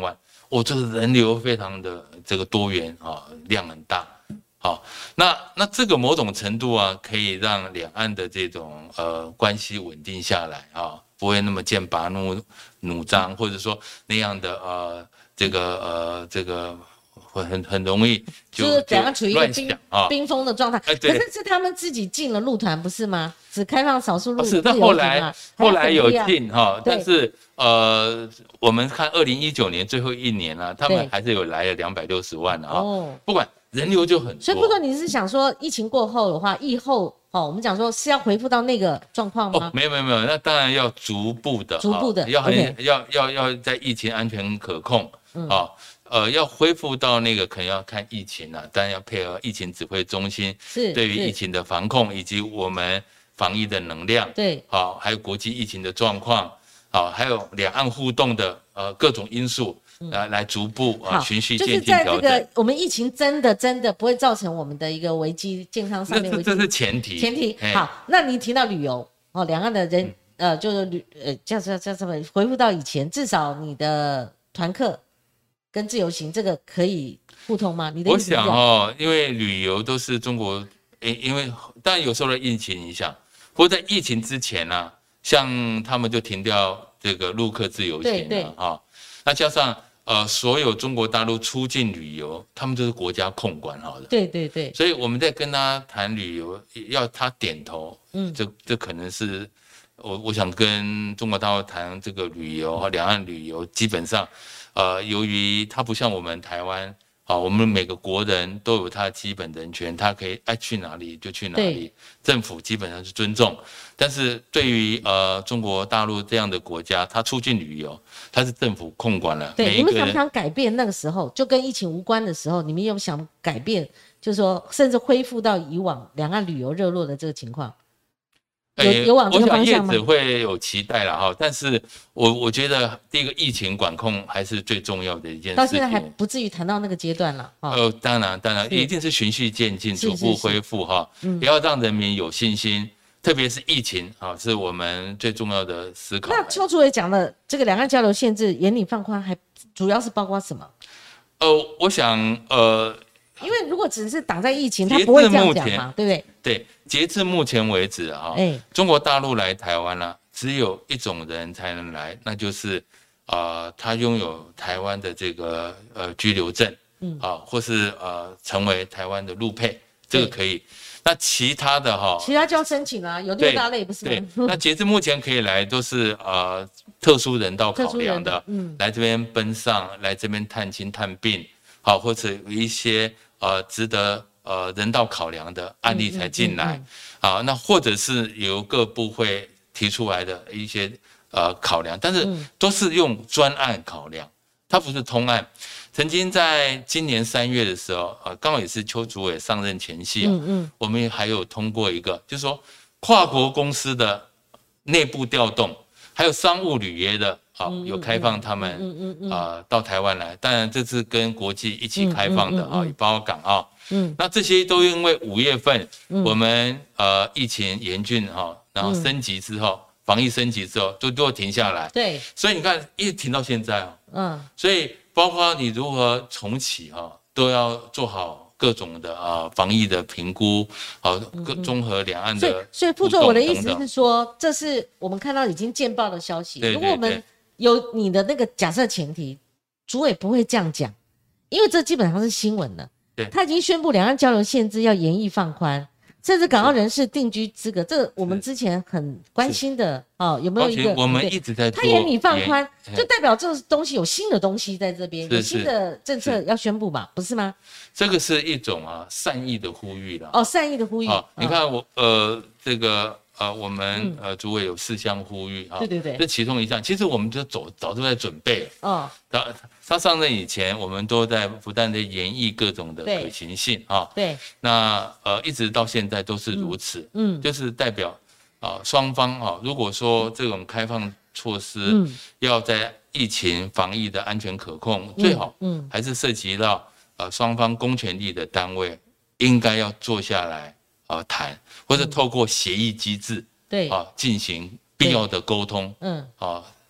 哦，这个人流非常的这个多元啊，量很大。好，那那这个某种程度啊，可以让两岸的这种呃关系稳定下来啊，不会那么剑拔弩弩张，或者说那样的呃这个呃这个会很很容易就就是两岸处于一个冰啊冰封的状态。 哎， 可是是他们自己进了陆团不是吗？只开放少数陆是，但后来后来有进哈，但是呃，我们看二零一九年最后一年啊，他们还是有来了两百六十万啊，哦，不管。人流就很多， 所以不过你是想说疫情过后的话，疫后哦，我们讲说是要恢复到那个状况吗？ 哦，没有没有没有，那当然要逐步的， 逐步的， 要很、okay. 要要要在疫情安全可控，嗯、啊，呃，要恢复到那个可能要看疫情啊，当然要配合疫情指挥中心是对于疫情的防控以及我们防疫的能量， 对， 好、啊，还有国际疫情的状况，好、啊，还有两岸互动的呃各种因素。来来逐步啊，循序渐进调整。 就是在这个我们疫情真的真的不会造成我们的一个危机，健康上面危机。 这是前提。 前提好，那你提到旅游哦，两岸的人、嗯、呃就是旅呃叫叫叫什么恢复到以前，至少你的团客跟自由行这个可以互通吗？你的我想哦，因为旅游都是中国，因因为当然有受了疫情影响，不过在疫情之前呢、啊，像他们就停掉这个陆客自由行了啊、哦，那加上。呃，所有中国大陆出境旅游，他们都是国家控管好的。 对对对。 所以我们在跟他谈旅游，要他点头，嗯，这这可能是我我想跟中国大陆谈这个旅游和两岸旅游，基本上，呃，由于它不像我们台湾，啊，我们每个国人都有他的基本人权，他可以爱去哪里就去哪里，政府基本上是尊重。但是对于呃中国大陆这样的国家，它出境旅游，它是政府控管了。 对，你们想不想改变那个时候，就跟疫情无关的时候，你们有想改变，就是说甚至恢复到以往两岸旅游热络的这个情况？有有往这个方向吗？ 我想业者会有期待了哈，但是我我觉得第一个疫情管控还是最重要的一件事情。 到现在还不至于谈到那个阶段了。哦， 呃，当然当然，一定是循序渐进，逐步恢复哈，不要让人民有信心。特别是疫情啊，是我们最重要的思考。 那邱主委讲的这个两岸交流限制严厉放宽，还主要是包括什么？ 呃，我想呃， 因为如果只是挡在疫情，他不会这样讲嘛，对不对？ 对，截至目前为止啊，欸、中国大陆来台湾呢、啊，只有一种人才能来，那就是呃，他拥有台湾的这个呃居留证，嗯啊，或是呃成为台湾的陆配，这个可以。那其他的哈， 其他就要申请啊，有六大类不是吗？ 对，那截至目前可以来都是呃特殊人道考量的，嗯，来这边奔丧，来这边探亲探病，好，或者有一些呃值得呃人道考量的案例才进来，好，那或者是由各部会提出来的一些呃考量，但是都是用专案考量，它不是通案。曾经在今年三月的时候，呃，刚好也是邱主委上任前夕啊，嗯嗯，我们还有通过一个，就是说跨国公司的内部调动，还有商务旅约的，啊，有开放他们，嗯嗯嗯，啊，到台湾来。当然这是跟国际一起开放的啊，也包括港澳，嗯，那这些都因为五月份我们呃疫情严峻哈，然后升级之后，防疫升级之后，都都停下来， 对， 所以你看一直停到现在哦，嗯，所以。包括你如何重启哈，都要做好各种的啊防疫的评估，好各综合两岸的。 所以，所以副座，我的意思是说，这是我们看到已经见报的消息。如果我们有你的那个假设前提，主委不会这样讲，因为这基本上是新闻了。 对， 他已经宣布两岸交流限制要严厉放宽。甚至港澳人士定居资格，这个我们之前很关心的哦，有没有一个？ 我们一直在做。 他严厉放宽，就代表这个东西有新的东西在这边，有新的政策要宣布嘛，不是吗？ 这个是一种啊善意的呼吁啦。 哦，善意的呼吁。 哦，你看我呃这个呃我们呃主委有四项呼吁啊， 对对对， 这其中一项，其实我们就走早都在准备哦。他他上任以前，我们都在不断的研议各种的可行性啊。 对。 那呃一直到现在都是如此，嗯，就是代表啊双方啊，如果说这种开放措施要在疫情防疫的安全可控，最好嗯还是涉及到呃双方公权力的单位应该要坐下来啊谈，或者透过协议机制对啊进行必要的沟通，嗯啊。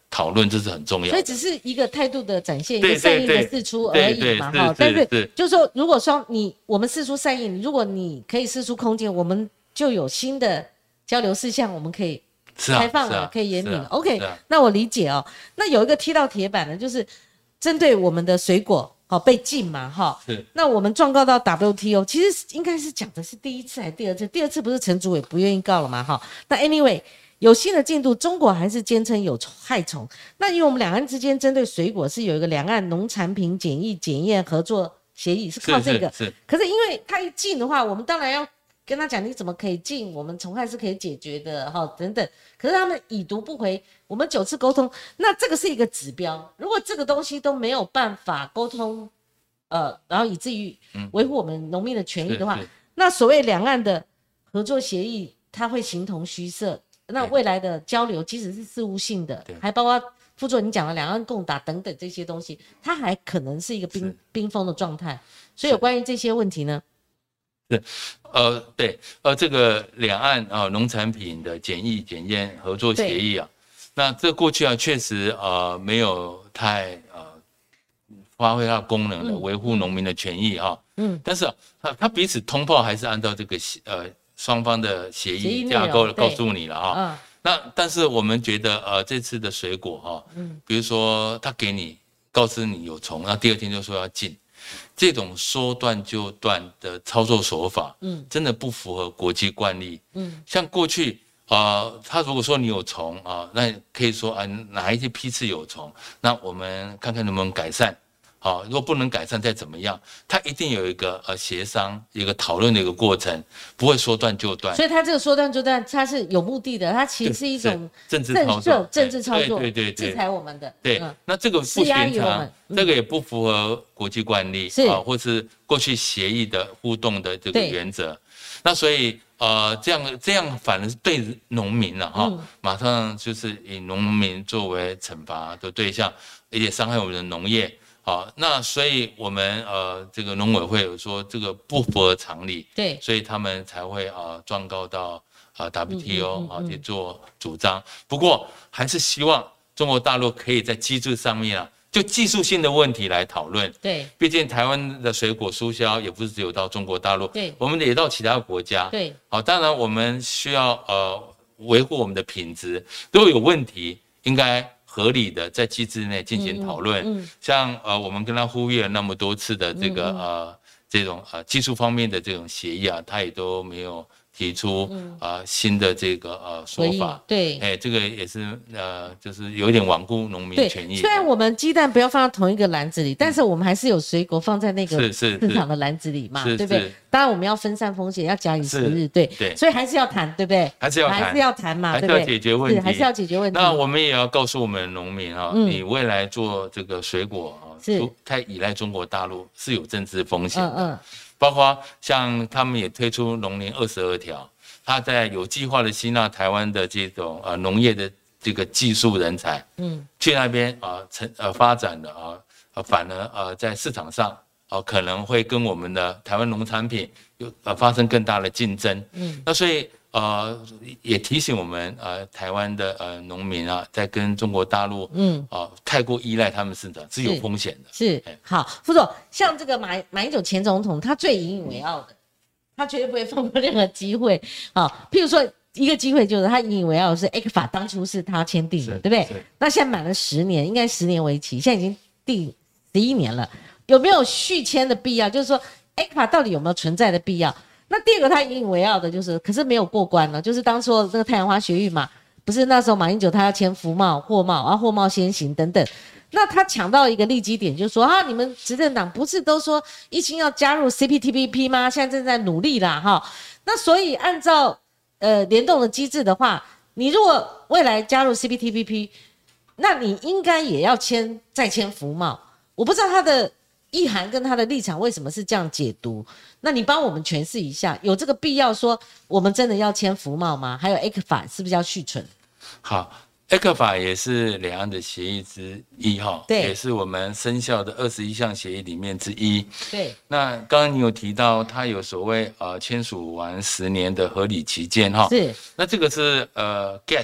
讨论，这是很重要的。 所以只是一个态度的展现，一个善意的释出而已嘛， 哈。 但是就是说，如果说你我们释出善意，如果你可以释出空间，我们就有新的交流事项，我们可以开放了，啊啊、可以言明了。啊、OK，、啊、那我理解哦。那有一个踢到铁板的，就是针对我们的水果。好被禁嘛哈，那我们状告到 W T O， 其实应该是讲的是第一次还是第二次？第二次不是陈主委不愿意告了嘛哈？那 anyway 有新的进度，中国还是坚称有害虫。那因为我们两岸之间针对水果是有一个两岸农产品检疫检验合作协议，是靠这个。 是是是可是因为它一禁的话，我们当然要跟他讲你怎么可以禁，我们虫害是可以解决的哈等等。可是他们已读不回，我们九次沟通，那这个是一个指标。如果这个东西都没有办法沟通，呃，然后以至于维护我们农民的权益的话，嗯、那所谓两岸的合作协议，它会形同虚设。那未来的交流，即使是事务性的，还包括副座你讲的两岸共打等等这些东西，它还可能是一个冰冰封的状态。所以有关于这些问题呢？ 是，呃，对，呃，这个两岸啊农产品的检疫检验合作协议啊，那这过去啊确实呃没有太呃发挥它的功能的，维护农民的权益哈、啊，嗯，但是啊，它它彼此通报还是按照这个呃双方的协议架构告诉你了哈、啊，嗯、那但是我们觉得呃这次的水果哈、啊，嗯，比如说他给你告知你有虫，那第二天就说要禁。这种说断就断的操作手法，嗯，真的不符合国际惯例，嗯，像过去啊、呃，他如果说你有虫啊，那可以说啊哪一些批次有虫，那我们看看能不能改善，好，如果不能改善再怎么样，它一定有一个呃协商、一个讨论的一个过程，不会说断就断。 所以它这个说断就断，它是有目的的，它其实是一种政治操作， 政治操作， 对对对， 制裁我们的。 对，嗯、那这个不寻常，这个也不符合国际惯例啊，或是过去协议的互动的这个原则。那所以呃，这样这样反而是对农民了哈，嗯、马上就是以农民作为惩罚的对象，而且伤害我们的农业。好，那所以我们呃这个农委会有说这个不符合常理， 对， 所以他们才会呃状告到呃 W T O 啊去做主张。不过还是希望中国大陆可以在机制上面啊，就技术性的问题来讨论。 对， 毕竟台湾的水果输销也不是只有到中国大陆， 对， 我们也到其他国家。 对， 好，当然我们需要呃维护我们的品质，如果有问题应该合理的在机制内进行讨论，嗯嗯、像呃我们跟他呼吁了那么多次的这个、嗯、呃这种呃技术方面的这种协议啊，他也都没有提出呃新的这个呃说法。 对， 哎，这个也是呃就是有点罔顾农民权益。 虽然我们鸡蛋不要放在同一个篮子里，但是我们还是有水果放在那个市场的篮子里嘛，对不对？当然我们要分散风险，要假以时日，对对，所以还是要谈，对不对？ 还是要谈， 还是要谈嘛，对不对？ 还是要解决问题， 还是要解决问题。 那我们也要告诉我们的农民啊，嗯、你未来做这个水果啊， 是太依赖中国大陆是有政治风险的。嗯嗯， 包括像他们也推出农林二十二条，他在有计划的吸纳台湾的这种呃农业的这个技术人才，嗯，去那边啊成呃发展的啊，反而呃在市场上。哦，可能会跟我们的台湾农产品有呃发生更大的竞争，嗯，那所以呃也提醒我们呃台湾的呃农民啊，在跟中国大陆嗯啊、呃、太过依赖他们市场是有风险的。 是，是好，副总，像这个马马英九前总统，他最引以为傲的，他绝对不会放过任何机会。好，譬如说一个机会就是他引以为傲的是 E C F A 当初是他签订的，对不对？那现在满了十年，应该十年为期，现在已经第十一年了。有没有续签的必要？就是说 E C F A 到底有没有存在的必要？那第二个他引以为傲的就是，可是没有过关了，就是当初这个太阳花学运嘛，不是那时候马英九他要签服贸、货贸，然后货贸先行等等。那他抢到一个利基点，就是说啊，你们执政党不是都说一心要加入 C P T P P 吗？现在正在努力啦，哈。那所以按照呃联动的机制的话，你如果未来加入 C P T P P， 那你应该也要签再签服贸。我不知道他的意涵跟他的立场为什么是这样解读？那你帮我们诠释一下，有这个必要说我们真的要签服贸吗？还有 E C F A 是不是要续存？ 好 ，E C F A 也是两岸的协议之一哈，对，也是我们生效的二十一项协议里面之一。 对， 那刚刚你有提到它有所谓呃签署完十年的合理期间哈， 是， 那这个是呃 G A T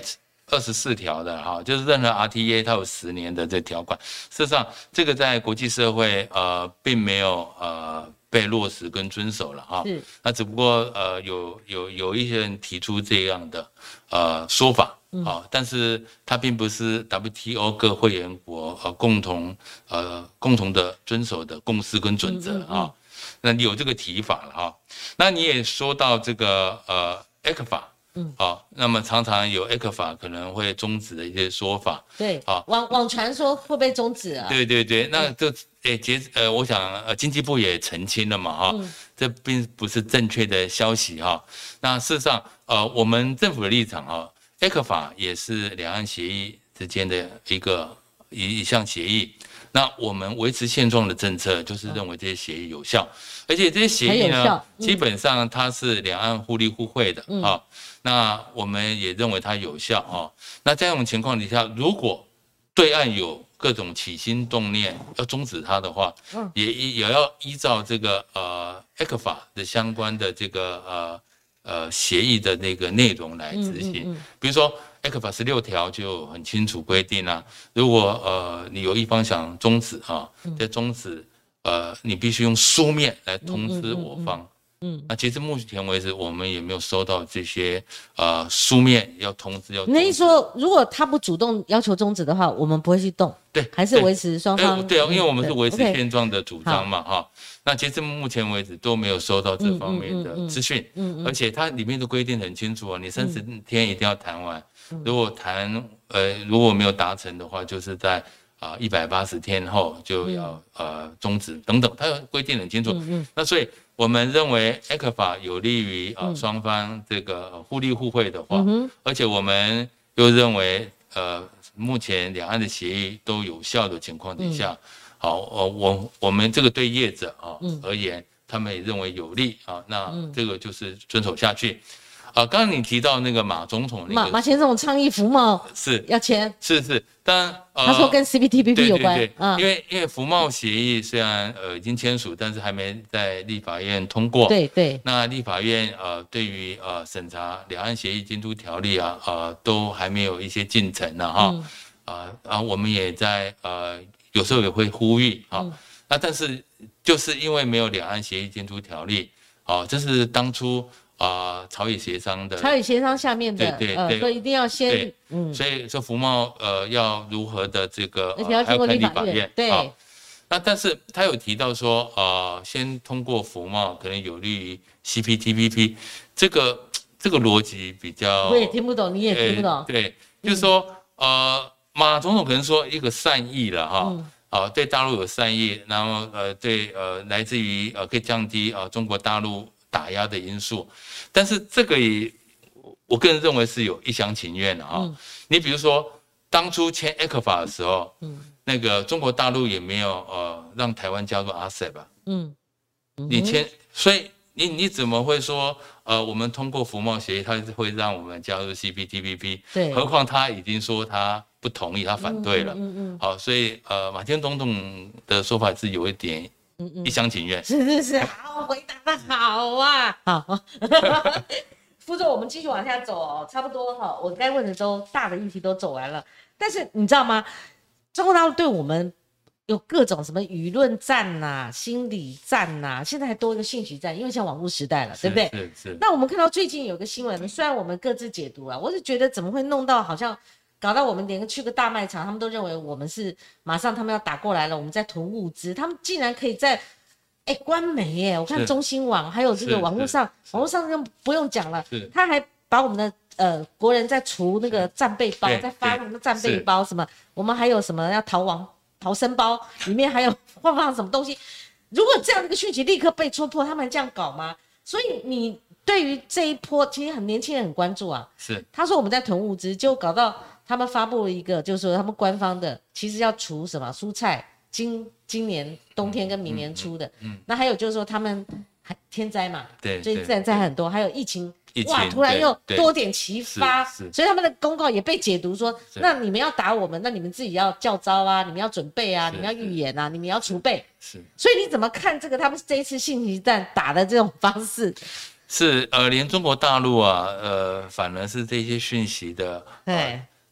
二十四条的哈，就是任何 R T A 它有十年的这条款。事实上，这个在国际社会呃并没有呃被落实跟遵守了哈。那只不过呃有有有一些人提出这样的呃说法。好，但是它并不是 W T O 各会员国呃共同呃共同的遵守的共识跟准则啊。那有这个提法了哈。那你也说到这个呃 E C F A， 嗯，好，那么常常有 E C F A 可能会终止的一些说法。 对，好，网网传说会被终止啊。 对对对，那这诶截呃，我想呃经济部也澄清了嘛哈，嗯、这并不是正确的消息哈。那事实上呃，我们政府的立场哈。E C F A 也是两岸协议之间的一个一一项协议，那我们维持现状的政策，就是认为这些协议有效，而且这些协议呢，嗯、基本上它是两岸互利互惠的啊、嗯哦。那我们也认为它有效啊、哦。那在这种情况底下，如果对岸有各种起心动念要终止它的话，嗯、也也要依照这个呃 E C F A 的相关的这个呃。呃，协议的那个内容来执行，嗯嗯嗯、比如说 E C F A 十六条就很清楚规定啊，如果呃你有一方想终止啊，在终止呃你必须用书面来通知我方。嗯嗯嗯嗯，那其实目前为止，我们也没有收到这些呃书面要通知要。 那意思说，如果他不主动要求终止的话，我们不会去动， 对， 还是维持双方。 对啊，因为我们是维持现状的主张嘛，哈。那其实目前为止都没有收到这方面的资讯，嗯嗯，而且它里面的规定很清楚哦，你三十天一定要谈完，如果谈呃如果没有达成的话，就是在啊一百八十天后就要呃终止等等，它规定很清楚。嗯嗯，那所以。我们认为 E C F A 有利于啊双方这个互利互惠的话，嗯、而且我们又认为呃目前两岸的协议都有效的情况底下，嗯、好呃我我们这个对业者啊、嗯、而言，他们也认为有利啊，那这个就是遵守下去。啊，刚刚你提到那个马总统那个马马前总倡议服贸是要签， 是是，当然、呃、 他说跟 C P T P P 有关， 对对对嗯，因为因为服贸协议虽然呃已经签署，但是还没在立法院通过， 对对， 那立法院呃对于呃审查两岸协议监督条例啊呃都还没有一些进程呢哈，嗯、啊然后我们也在呃有时候也会呼吁啊，嗯、那但是就是因为没有两岸协议监督条例，啊这是当初。啊、呃，朝野协商的， 朝野协商下面的， 对对对， 所以一定要先， 嗯，所以说服贸呃要如何的这个， 而且要经过立法院，对、哦。 那但是他有提到说，呃，先通过服贸可能有利于 C P T P P， 这个这个逻辑比较， 我也听不懂，你也听不懂。 对，嗯、就是说，呃，马总统可能说一个善意了哈。嗯啊，对大陆有善意，然后呃，对呃，来自于呃，可以降低啊、呃、中国大陆打压的因素，但是这个也，我个人认为是有一厢情愿的啊。嗯、你比如说，当初签 E C F A 的时候，嗯、那个中国大陆也没有呃让台湾加入 R C E P 吧？嗯，嗯你签，所以你你怎么会说呃我们通过服贸协议，它会让我们加入 C P T P P？ 对，何况他已经说他。不同意，他反对了。嗯嗯嗯。好，所以呃，马前总统的说法是有一点一厢情愿。 是是是，好，回答的好啊。好，副座，我们继续往下走哦，差不多哈，我该问的都大的议题都走完了。但是你知道吗？中国大陆对我们有各种什么舆论战呐、啊、心理战呐、啊，现在还多一个信息战，因为像网络时代了，对不对？ 是是。 那我们看到最近有个新闻，虽然我们各自解读了，我是觉得怎么会弄到好像。搞到我们连去个大卖场，他们都认为我们是马上他们要打过来了，我们在囤物资，他们竟然可以在哎官媒耶，我看中新网还有这个网络上，网络上就不用讲了，他还把我们的呃国人在除那个战备包，在发什么战备包什么，我们还有什么要逃亡逃生包，里面还有放放什么东西，如果这样的一个讯息立刻被戳破，他们这样搞吗？所以你对于这一波，其实很年轻人很关注啊， 是他说我们在囤物资，就搞到。他们发布了一个，就是说他们官方的，其实要除什么蔬菜，今今年冬天跟明年出的，嗯，嗯嗯那还有就是说他们还天灾嘛， 对， 最近自然灾害很多，还有疫情， 疫情哇，突然又多点齐发，所以他们的公告也被解读说，那你们要打我们，那你们自己要教招啊，你们要准备啊，你们要预演啊，你们要储备，是，所以你怎么看这个他们这一次信息战打的这种方式？ 是呃，连中国大陆啊，呃，反而是这些讯息的，对。呃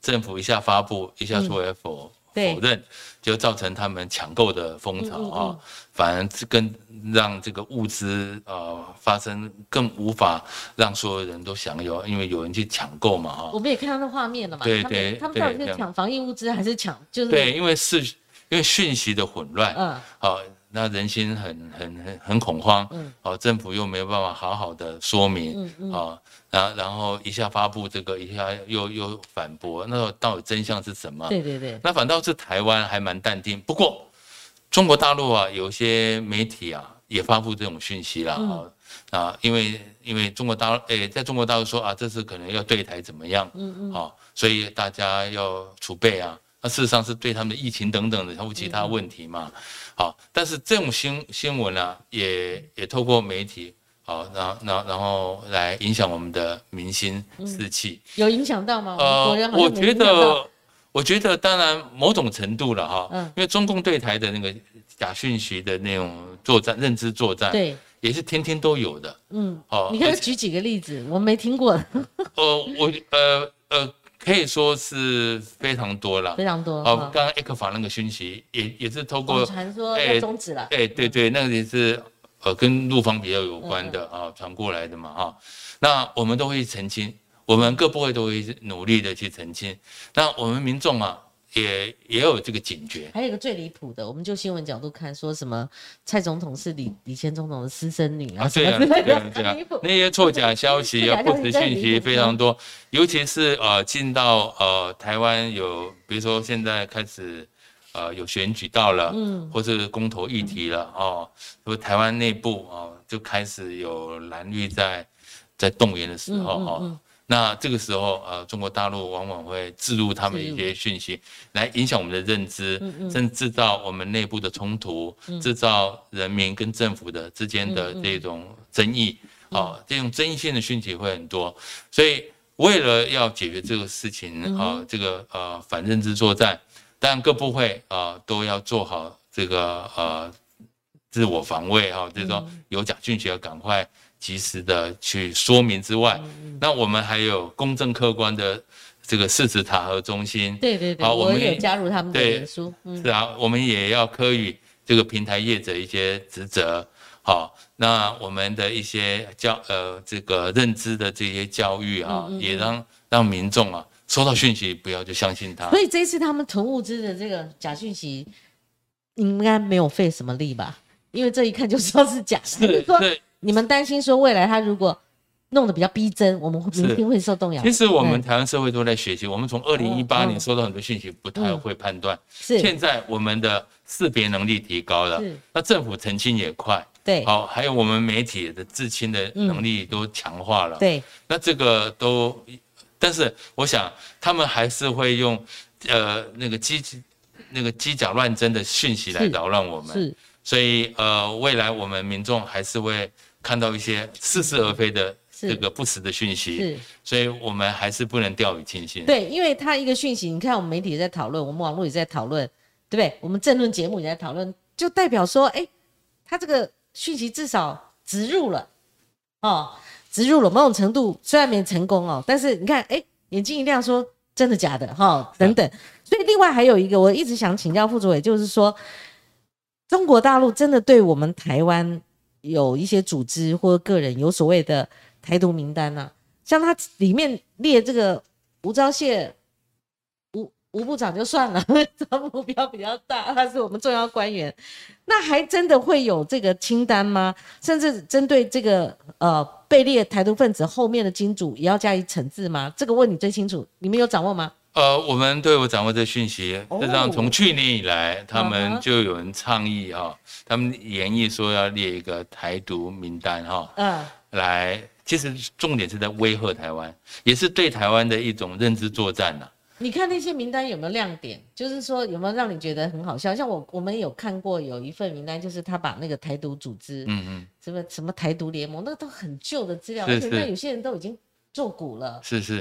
政府一下发布，一下说否、嗯、否认，就造成他们抢购的风潮啊、嗯嗯，反而更让这个物资呃发生更无法让所有人都享有，因为有人去抢购嘛哈。 我们也看到那画面了嘛， 对对， 他们他们到底是抢防疫物资还是抢就是？ 对，因为是因为讯息的混乱，嗯，好、哦。那人心很很很很恐慌，嗯，哦，政府又没有办法好好的说明，嗯嗯，哦，然后然后一下发布这个，一下又又反驳，那到底真相是什么？ 对对对， 那反倒是台湾还蛮淡定，不过中国大陆啊，有些媒体啊也发布这种讯息啦，嗯、哦啊，因为因为中国大陆，诶，在中国大陆说啊，这次可能要对台怎么样，嗯嗯，哦，所以大家要储备啊。那事实上是对他们的疫情等等的，或其他问题嘛，好，但是这种新新闻呢、啊，也也透过媒体，好，然后然后然后来影响我们的民心士气、嗯， 有影响到吗？ 呃，我觉得，我觉得当然某种程度了哈，嗯，因为中共对台的那个假讯息的那种作战、认知作战， 对， 也是天天都有的，嗯， 哦，你可以举几个例子，我没听过。 呃，我呃呃。可以说是非常多了， 非常多。 好、哦，刚刚艾克法那个讯息也也是透过传说要终止了。 哎，对对，那个也是呃跟陆方比较有关的啊，传过来的嘛哈。那我们都会澄清，我们各部会都会努力的去澄清。那我们民众啊，也也有这个警觉。 还有一个最离谱的，我们就新闻角度看，说什么蔡总统是李李前总统的私生女啊， 对啊，对啊，对啊，那些错假消息啊、不实讯息非常多，尤其是呃进到呃台湾有，比如说现在开始呃有选举到了，嗯，或是公投议题了哦，说台湾内部哦就开始有蓝绿在在动员的时候哦。嗯嗯嗯，那这个时候，呃，中国大陆往往会置入他们一些讯息，来影响我们的认知，嗯嗯，甚至制造我们内部的冲突，嗯、制造人民跟政府的之间的这种争议，啊、嗯哦，这种争议性的讯息会很多。所以，为了要解决这个事情，啊、呃，这个呃反认知作战，当然各部会啊、呃、都要做好这个呃自我防卫哈，就是说有假讯息要赶快及时的去说明之外，嗯、那我们还有公正客观的这个事实查核中心。 对对对，好，我们也加入他们的文书。 嗯、是啊，我们也要科予这个平台业者一些职责。好，那我们的一些教呃这个认知的这些教育啊，嗯嗯嗯也让让民众啊收到讯息不要就相信他。 所以这一次他们囤物资的这个假讯息，应该没有费什么力吧？因为这一看就知道是假的。 是是。 你们担心说未来他如果弄得比较逼真，我们明天会受动摇。 其实我们台湾社会都在学习，我们从二零一八年收到很多讯息，不太会判断。是、嗯，现在我们的识别能力提高了，那政府澄清也快。 对， 好，还有我们媒体的自清的能力都强化了。 嗯、对， 那这个都，但是我想他们还是会用呃那个机那个机假乱真的讯息来扰乱我们。是。所以，呃，未来我们民众还是会看到一些似是而非的这个不实的讯息，是，所以我们还是不能掉以轻心。 对，因为他一个讯息，你看我们媒体也在讨论，我们网络也在讨论，对不对？我们政论节目也在讨论，就代表说，哎，他这个讯息至少植入了，哦，植入了某种程度，虽然没成功哦，但是你看，哎，眼睛一亮说真的假的，哈、哦，等等。所以另外还有一个，我一直想请教副主委，就是说。中国大陆真的对我们台湾有一些组织或个人有所谓的台独名单啊，像他里面列这个吴钊燮吴吴部长就算了，他目标比较大，他是我们重要官员，那还真的会有这个清单吗？甚至针对这个呃被列台独分子后面的金主也要加以惩治吗？这个问你最清楚，你们有掌握吗？ 呃，我们都有掌握这讯息。实际上，从去年以来，他们就有人倡议哈，他们研议说要列一个台独名单哈，嗯，来，其实重点是在威吓台湾，也是对台湾的一种认知作战呐。 你看那些名单有没有亮点？就是说有没有让你觉得很好笑？像我我们有看过有一份名单，就是他把那个台独组织，嗯嗯，什么什么台独联盟，那都很旧的资料，而且那有些人都已经做股了， 是是哦。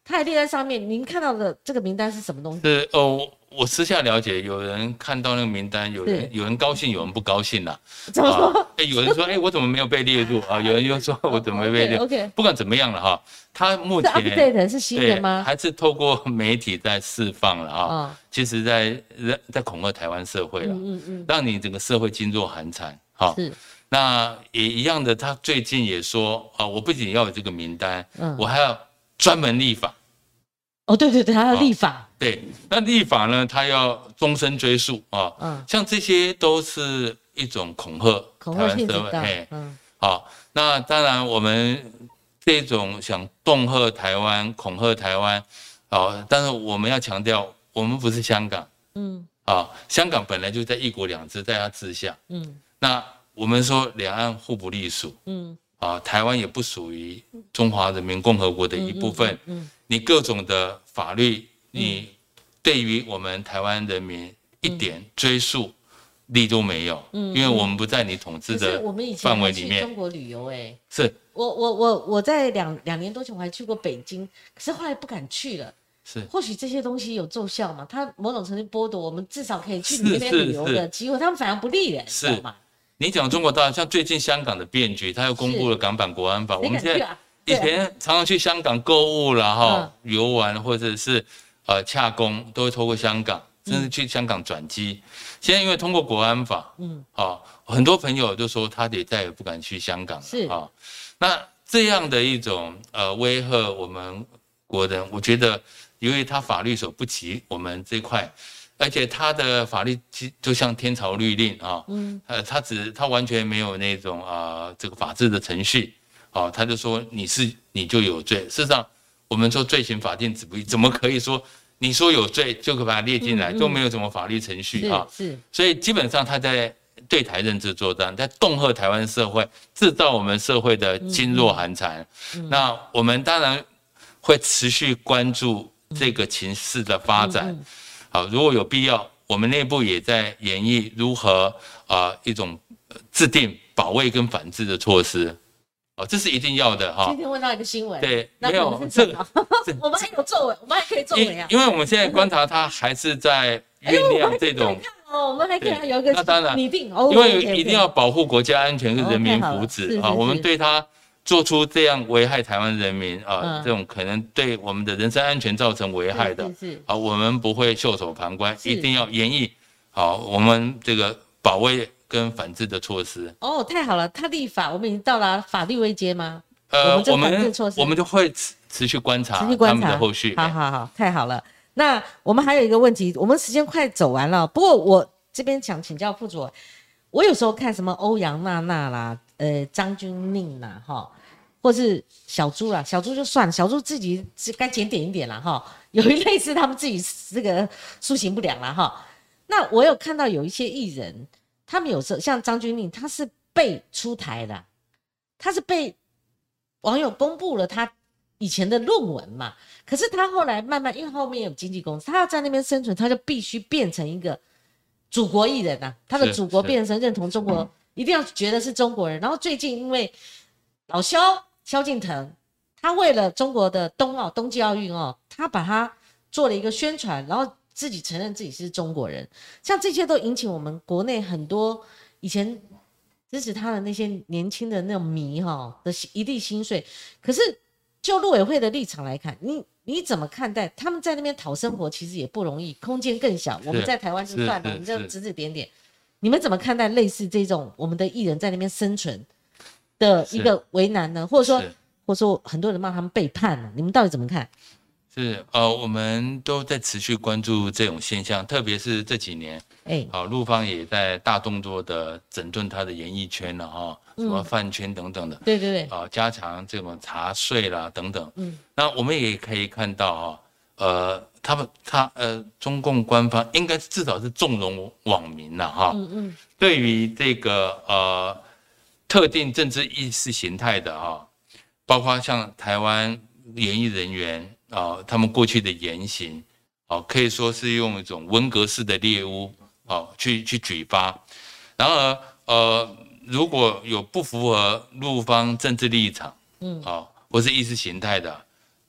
他还列在上面。您看到的这个名单是什么东西？ 是哦，我私下了解，有人看到那个名单，有人有人高兴，有人不高兴啦。 怎么说？ 哎、啊，有人说，哎、欸，我怎么没有被列入啊？有人又说，我怎么没被列入 ？OK， 不管怎么样了哈，他目前 update 是新的吗？ 还是透过媒体在释放了哈。 哦、 其实在，在在恐吓台湾社会了，嗯嗯嗯，让你整个社会噤若寒蝉。好，是。那也一样的，他最近也说啊，我不仅要有这个名单，嗯，我还要专门立法。 哦，对对对，他要立法。 对，那立法呢，他要终身追溯啊，嗯，像这些都是一种恐吓， 恐吓性质的， 嗯，好，那当然我们这种想恫吓台湾、恐吓台湾，好，但是我们要强调，我们不是香港，嗯，啊，香港本来就在一国两制，在它之下，嗯，那我们说两岸互不隶属，嗯，啊，台湾也不属于中华人民共和国的一部分，嗯，嗯嗯你各种的法律，你对于我们台湾人民一点追溯力都没有，嗯，因为我们不在你统治的范围里面。 去中国旅游，哎， 是我我我我在两两年多前我还去过北京，可是后来不敢去了。 是， 或许这些东西有奏效嘛？它某种程度剥夺我们至少可以去你那边旅游的机会，他们反而不利人，知道吗？ 你讲中国大陆，像最近香港的变局，他又公布了港版国安法，我们现在。以前常常去香港购物啦，哈，游玩或者是呃洽公，都会透过香港，甚至去香港转机。现在因为通过国安法，嗯，好，很多朋友就说他也再也不敢去香港了，是啊。那这样的一种呃威吓我们国人，我觉得由于他法律所不及我们这块，而且他的法律就像天朝律令啊，嗯，呃，他只他完全没有那种啊、呃、这个法治的程序。好，他就说你是你就有罪。事实上，我们说罪刑法定止不移，怎么可以说你说有罪就可以把它列进来，都、嗯嗯、没有什么法律程序啊？是，所以基本上他在对台认知作战，在恫吓台湾社会，制造我们社会的噤若寒蝉。嗯嗯、那我们当然会持续关注这个情势的发展。嗯嗯、好，如果有必要，我们内部也在研议如何啊、呃、一种制定保卫跟反制的措施。哦，这是一定要的哈。 今天问到一个新闻， 对，没有这个， 我们还有作为，我们还可以作为啊。 因为我们现在观察它还是在酝酿这种。 哦，我们还可以有一个那当然拟定， 因为一定要保护国家安全跟人民福祉啊。我们对它做出这样危害台湾人民啊，这种可能对我们的人身安全造成危害的，啊，我们不会袖手旁观，一定要研议好我们这个保卫跟反制的措施。 哦，太好了，他立法，我们已经到了法律位阶吗？ 呃， 我们我们就会持持续观察他们的后续。 好好好，太好了。那我们还有一个问题，我们时间快走完了，不过我这边想请教副主委，我有时候看什么欧阳娜娜啦，呃，张钧甯啦，哈，或是小猪啦，小猪就算了，小猪自己该检点一点啦，哈，有一类是他们自己这个塑形不良啦，哈。那我有看到有一些艺人。他们有时候像张钧甯，他是被出台的，他是被网友公布了他以前的论文嘛。可是他后来慢慢，因为后面有经纪公司，他要在那边生存，他就必须变成一个祖国艺人啊。他的祖国变成认同中国，一定要觉得是中国人。然后最近因为老萧萧敬腾，他为了中国的冬奥冬季奥运哦，他把他做了一个宣传，然后。自己承认自己是中国人，像这些都引起我们国内很多以前支持他的那些年轻的那种迷哈的一地心碎。可是就陆委会的立场来看，你你怎么看待他们在那边讨生活？其实也不容易，空间更小。我们在台湾就算了，我们就指指点点。你们怎么看待类似这种我们的艺人在那边生存的一个为难呢？或者说，或者说很多人骂他们背叛呢？你们到底怎么看？ 是呃，我们都在持续关注这种现象，特别是这几年，哎、欸，好，陆方也在大动作的整顿他的演艺圈了哈，什么饭圈等等的， 对对对， 啊，加强这种查税啦等等，嗯，那我们也可以看到哈，呃，他们他呃，中共官方应该至少是纵容网民了哈，嗯嗯，对于这个呃特定政治意识形态的哈，包括像台湾演艺人员。啊，他们过去的言行，啊，可以说是用一种文革式的猎巫，啊，去去举发。然而，呃，如果有不符合陆方政治立场，嗯，啊，或是意识形态的，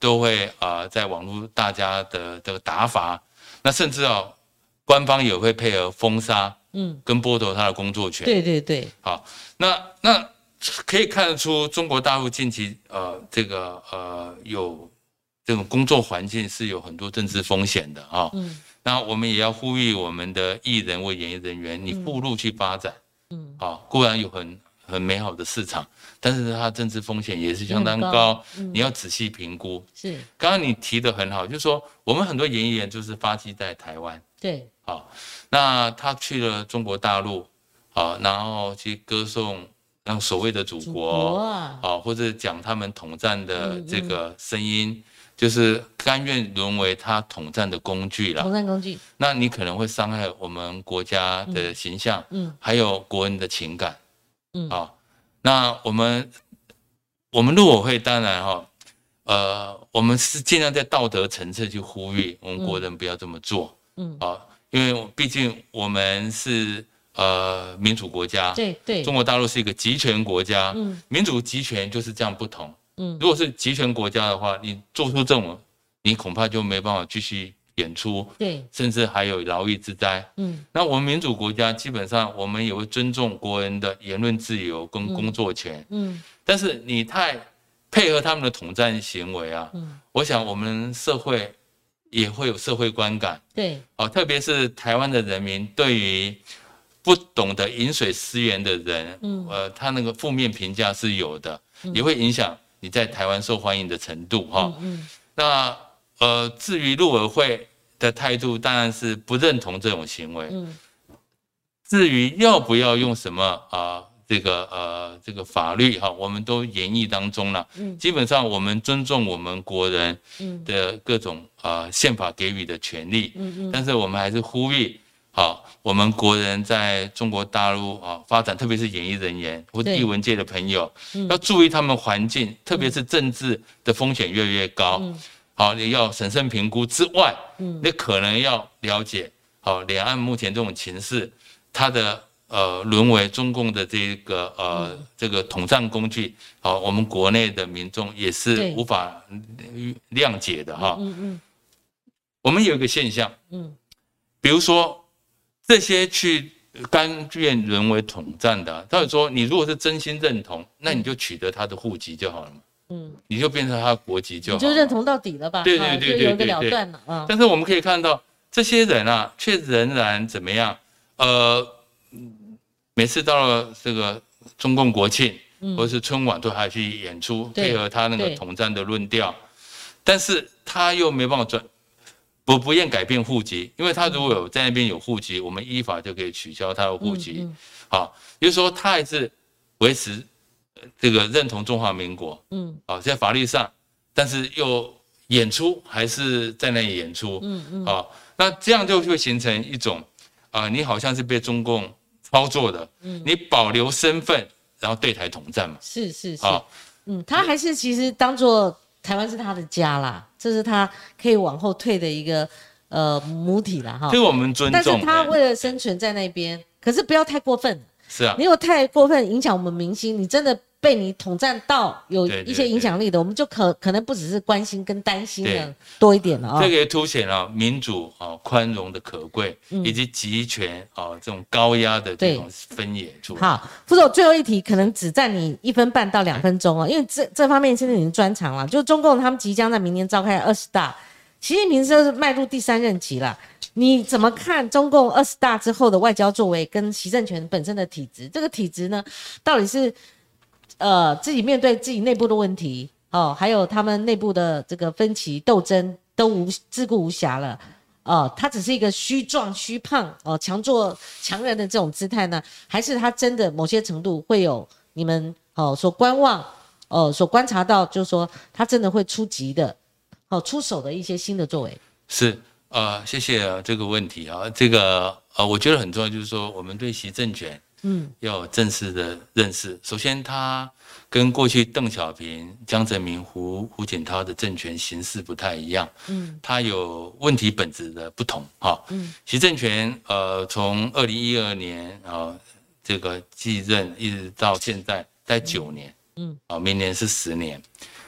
都会啊、呃、在网络大家的这个打法，那甚至啊、哦、官方也会配合封杀，嗯，跟剥夺他的工作权。 对对对， 好，那那可以看得出中国大陆近期呃这个呃有这种工作环境是有很多政治风险的啊、哦。嗯，那我们也要呼吁我们的艺人或演艺人员，你赴陆去发展，嗯，好、哦，固然有很很美好的市场，但是它政治风险也是相当高，高嗯、你要仔细评估。是，刚刚你提的很好，就是说我们很多演艺人就是发迹在台湾， 对， 好，那他去了中国大陆，好，然后去歌颂让所谓的祖国，祖国啊，好，或者讲他们统战的这个声音。嗯嗯，就是甘愿沦为他统战的工具了， 统战工具， 那你可能会伤害我们国家的形象，嗯，嗯还有国人的情感，嗯，好，那我们我们陆委会当然哈，呃，我们是尽量在道德层次去呼吁我们国人不要这么做，嗯，好，因为毕竟我们是呃民主国家， 对对， 中国大陆是一个集权国家，嗯，民主集权就是这样不同。嗯，如果是集权国家的话，你做出这种，你恐怕就没办法继续演出，对，甚至还有劳役之灾。嗯，那我们民主国家基本上我们也会尊重国人的言论自由跟工作权。嗯，但是你太配合他们的统战行为啊，嗯，我想我们社会也会有社会观感。对，哦，特别是台湾的人民对于不懂得饮水思源的人，嗯，呃，他那个负面评价是有的，嗯、也会影响你在台湾受欢迎的程度哈、嗯嗯。那呃，至于陆委会的态度，当然是不认同这种行为。嗯、至于要不要用什么啊、呃，这个呃这个法律哈，我们都研议当中了。嗯、基本上我们尊重我们国人的各种啊、呃、宪法给予的权利。嗯嗯、但是我们还是呼吁。好，我们国人在中国大陆啊发展，特别是演艺人员或艺文界的朋友，嗯、要注意他们环境，特别是政治的风险越来越高。嗯、好，你要审慎评估之外，嗯、你可能要了解，好，两岸目前这种情势，它的呃沦为中共的这个呃、嗯、这个统战工具，好，我们国内的民众也是无法谅解的哈。嗯嗯、我们有一个现象，嗯、比如说。这些去甘愿沦为统战的、啊，他就说，你如果是真心认同，那你就取得他的户籍就好了嘛，嗯，你就变成他的国籍就好了， 你就认同到底了吧？ 对对对对对， 就有一个了断了啊。 但是我们可以看到，这些人啊，却仍然怎么样？呃，每次到了这个中共国庆、嗯、或者是春晚，都还去演出，配合他那个统战的论调，但是他又没办法转。不不愿改变户籍，因为他如果有在那边有户籍，我们依法就可以取消他的户籍。嗯嗯、好，也就是说他还是维持这个认同中华民国。嗯，好，在法律上，但是又演出还是在那里演出。嗯嗯，好，那这样就会形成一种啊、呃，你好像是被中共操作的。嗯，你保留身份，然后对台统战嘛。 是是是。嗯，他还是其实当作。台湾是他的家啦，这是他可以往后退的一个呃母体啦哈。 这个我们尊重。 但是他为了生存在那边，可是不要太过分。 是啊。 你有太过分影响我们民心，你真的被你统战到有一些影响力的，对对对，我们就可可能不只是关心跟担心的多一点了啊、哦。 这个也凸显了民主啊宽容的可贵，嗯、以及集权啊这种高压的这种分野出来。 好，副总最后一题可能只占你一分半到两分钟哦，因为这这方面现在已经专长了。就中共他们即将在明年召开二十大，习近平是迈入第三任期了。你怎么看中共二十大之后的外交作为跟习政权本身的体质？这个体质呢，到底是？呃，自己面对自己内部的问题，哦，还有他们内部的这个分歧斗争都无自顾无暇了，哦，他只是一个虚壮虚胖哦，强做强人的这种姿态呢，还是他真的某些程度会有你们哦所观望哦所观察到，就是说他真的会出击的，哦出手的一些新的作为？ 是呃，谢谢、啊、这个问题啊，这个呃，我觉得很重要，就是说我们对习政权。嗯，要有正式的认识。首先，他跟过去邓小平、江泽民、胡胡锦涛的政权形式不太一样。嗯，他有问题本质的不同。哈，嗯，习政权呃，从二零一二年啊这个继任一直到现在，待九年。嗯，啊，明年是十年。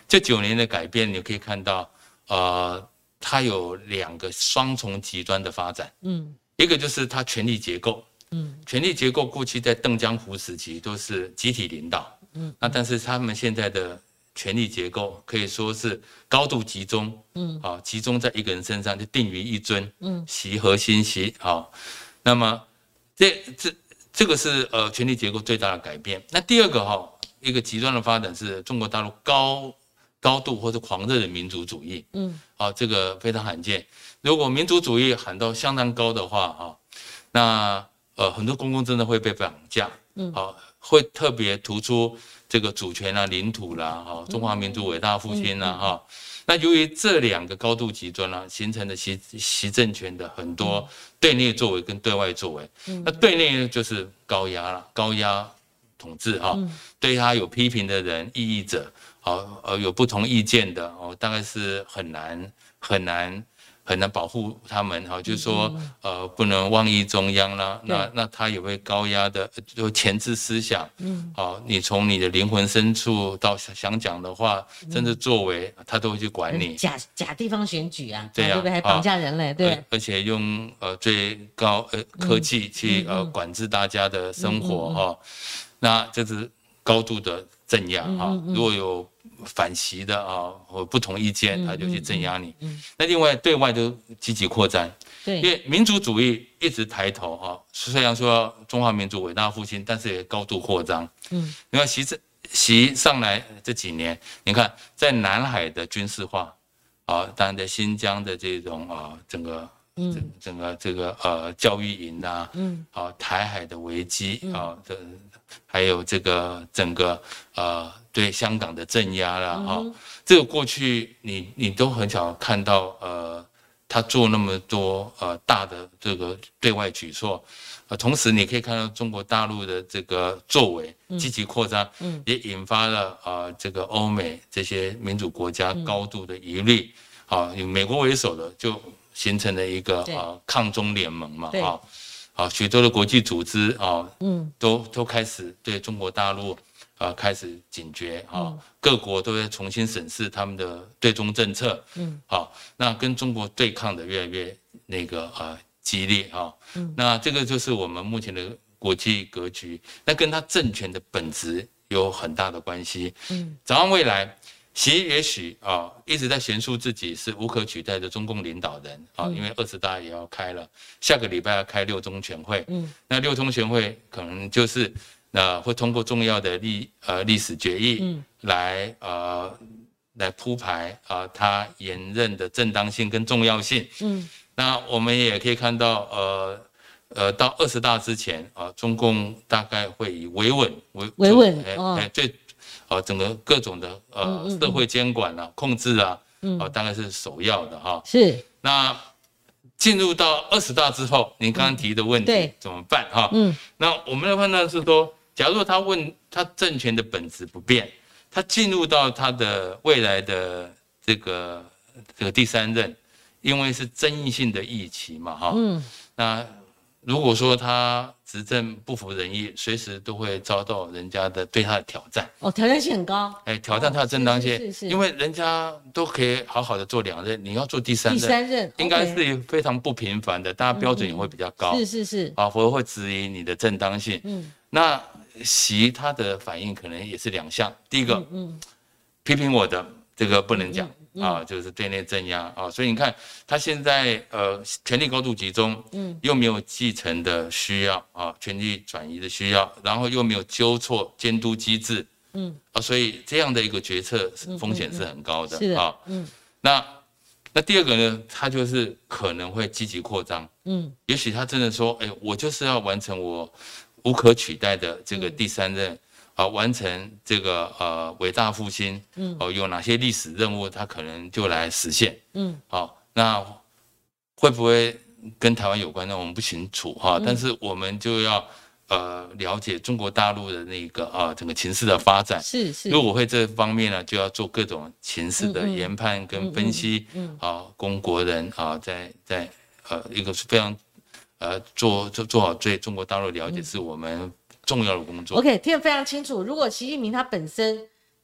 这九年的改变，你可以看到，呃，它有两个双重极端的发展。嗯，一个就是它权力结构。嗯，权力结构过去在邓江湖时期都是集体领导。嗯，那但是他们现在的权力结构可以说是高度集中。嗯，好，集中在一个人身上就定于一尊。嗯，习核心习好，那么这这这个是呃权力结构最大的改变。那第二个哈。一个极端的发展是中国大陆高高度或者狂热的民族主义，嗯，啊，这个非常罕见。如果民族主义喊到相当高的话，啊，那呃很多公共真的会被绑架，嗯，好，会特别突出这个主权啊、领土啦，哈，中华民族伟大复兴啦，哈。那由于这两个高度极端啦，形成了习习政权的很多对内作为跟对外作为，那对内呢就是高压啦，高压。统治哈，对他有批评的人、异议者，好呃有不同意见的哦，大概是很难很难很难保护他们哈，就是说呃不能妄议中央啦，那那他也会高压的就钳制思想，嗯，好，你从你的灵魂深处到想讲的话，甚至作为，他都会去管你。 假假地方选举啊，对不对？还绑架人类，对， 而且用呃最高呃科技去呃管制大家的生活哈。那这是高度的镇压哈，如果有反袭的啊或不同意见，他就去镇压你。那另外对外都积极扩张，因为民族主义一直抬头哈，虽然说中华民族伟大复兴，但是也高度扩张。嗯，你看习政习上来这几年，你看在南海的军事化，啊，当然在新疆的这种啊整个。整整个这个呃教育营啊，嗯，啊台海的危机啊，这还有这个整个呃对香港的镇压啦，哈，这个过去你你都很少看到呃他做那么多呃大的这个对外举措，呃同时你可以看到中国大陆的这个作为积极扩张，嗯，也引发了呃这个欧美这些民主国家高度的疑虑，好，以美国为首的就。形成了一个呃抗中联盟嘛，啊，好，许多的国际组织啊，嗯，都都开始对中国大陆啊开始警觉啊，各国都在重新审视他们的对中政策，嗯，好，那跟中国对抗的越来越那个呃激烈啊，嗯，那这个就是我们目前的国际格局，那跟他政权的本质有很大的关系，嗯，展望未来。习也许啊一直在悬殊自己是无可取代的中共领导人啊，因为二十大也要开了，下个礼拜要开六中全会，嗯，那六中全会可能就是呃会通过重要的历呃历史决议，嗯，来呃来铺排啊、呃、他延任的正当性跟重要性，嗯，那我们也可以看到呃呃到二十大之前啊、呃，中共大概会以维稳为维稳哦最。呃，整个各种的呃社会监管啊、控制啊，呃，大概是首要的哈。 是。 那进入到二十大之后，您刚刚提的问题怎么办哈？嗯。那我们的判断是说，假如他问他政权的本质不变，他进入到他的未来的这个这个第三任，因为是争议性的议题嘛哈。嗯。那如果说他执政不服人意，随时都会遭到人家的对他的挑战。 哦，挑战性很高。 哎，挑战他的正当性， 哦、是是是因为人家都可以好好的做两任，你要做第三任， 第三任应该是非常不平凡的，大家标准也会比较高。 嗯、是是是。 啊，否则会质疑你的正当性。嗯。那习他的反应可能也是两项，第一个，嗯，嗯批评我的这个不能讲。嗯嗯啊，就是对内镇压啊，所以你看他现在呃权力高度集中，嗯，又没有继承的需要啊，权力转移的需要，然后又没有纠错监督机制，嗯，啊，所以这样的一个决策风险是很高的， 是的啊，嗯，那那第二个呢，他就是可能会积极扩张，嗯，也许他真的说，哎，我就是要完成我无可取代的这个第三任。嗯啊，完成这个呃伟大复兴，嗯，哦，有哪些历史任务，他可能就来实现，嗯，好，那会不会跟台湾有关呢？我们不清楚哈，但是我们就要呃了解中国大陆的那个啊整个情势的发展， 是是， 如果会这方面呢，就要做各种情势的研判跟分析，嗯，啊，供国人啊，在在呃一个非常呃做做做好对中国大陆了解，是我们重要的工作。 OK， 听得非常清楚。如果习近平他本身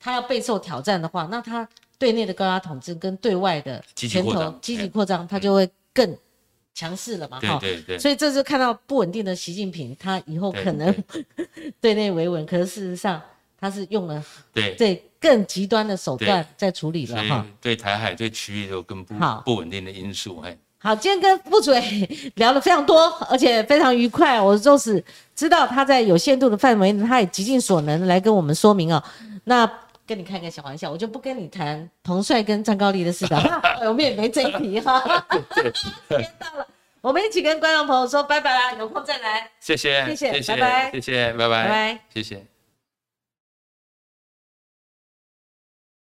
他要备受挑战的话，那他对内的高压统治跟对外的拳头积极扩张，他就会更强势了嘛。 对对对。 所以这就看到不稳定的习近平，他以后可能对内维稳，可是事实上他是用了对对更极端的手段在处理了哈。 对台海、对区域都更不不稳定的因素。嘿， 好，今天跟副主委聊得非常多，而且非常愉快。我就是知道他在有限度的范围内，他也极尽所能来跟我们说明哦。那跟你开个小玩笑，我就不跟你谈彭帅跟张高丽的事了，我们也没这一题哈。时间到了，我们一起跟观众朋友说拜拜啦，有空再来。 谢谢， 谢谢， 谢谢， 拜拜， 谢谢，拜拜， 拜拜， 谢谢。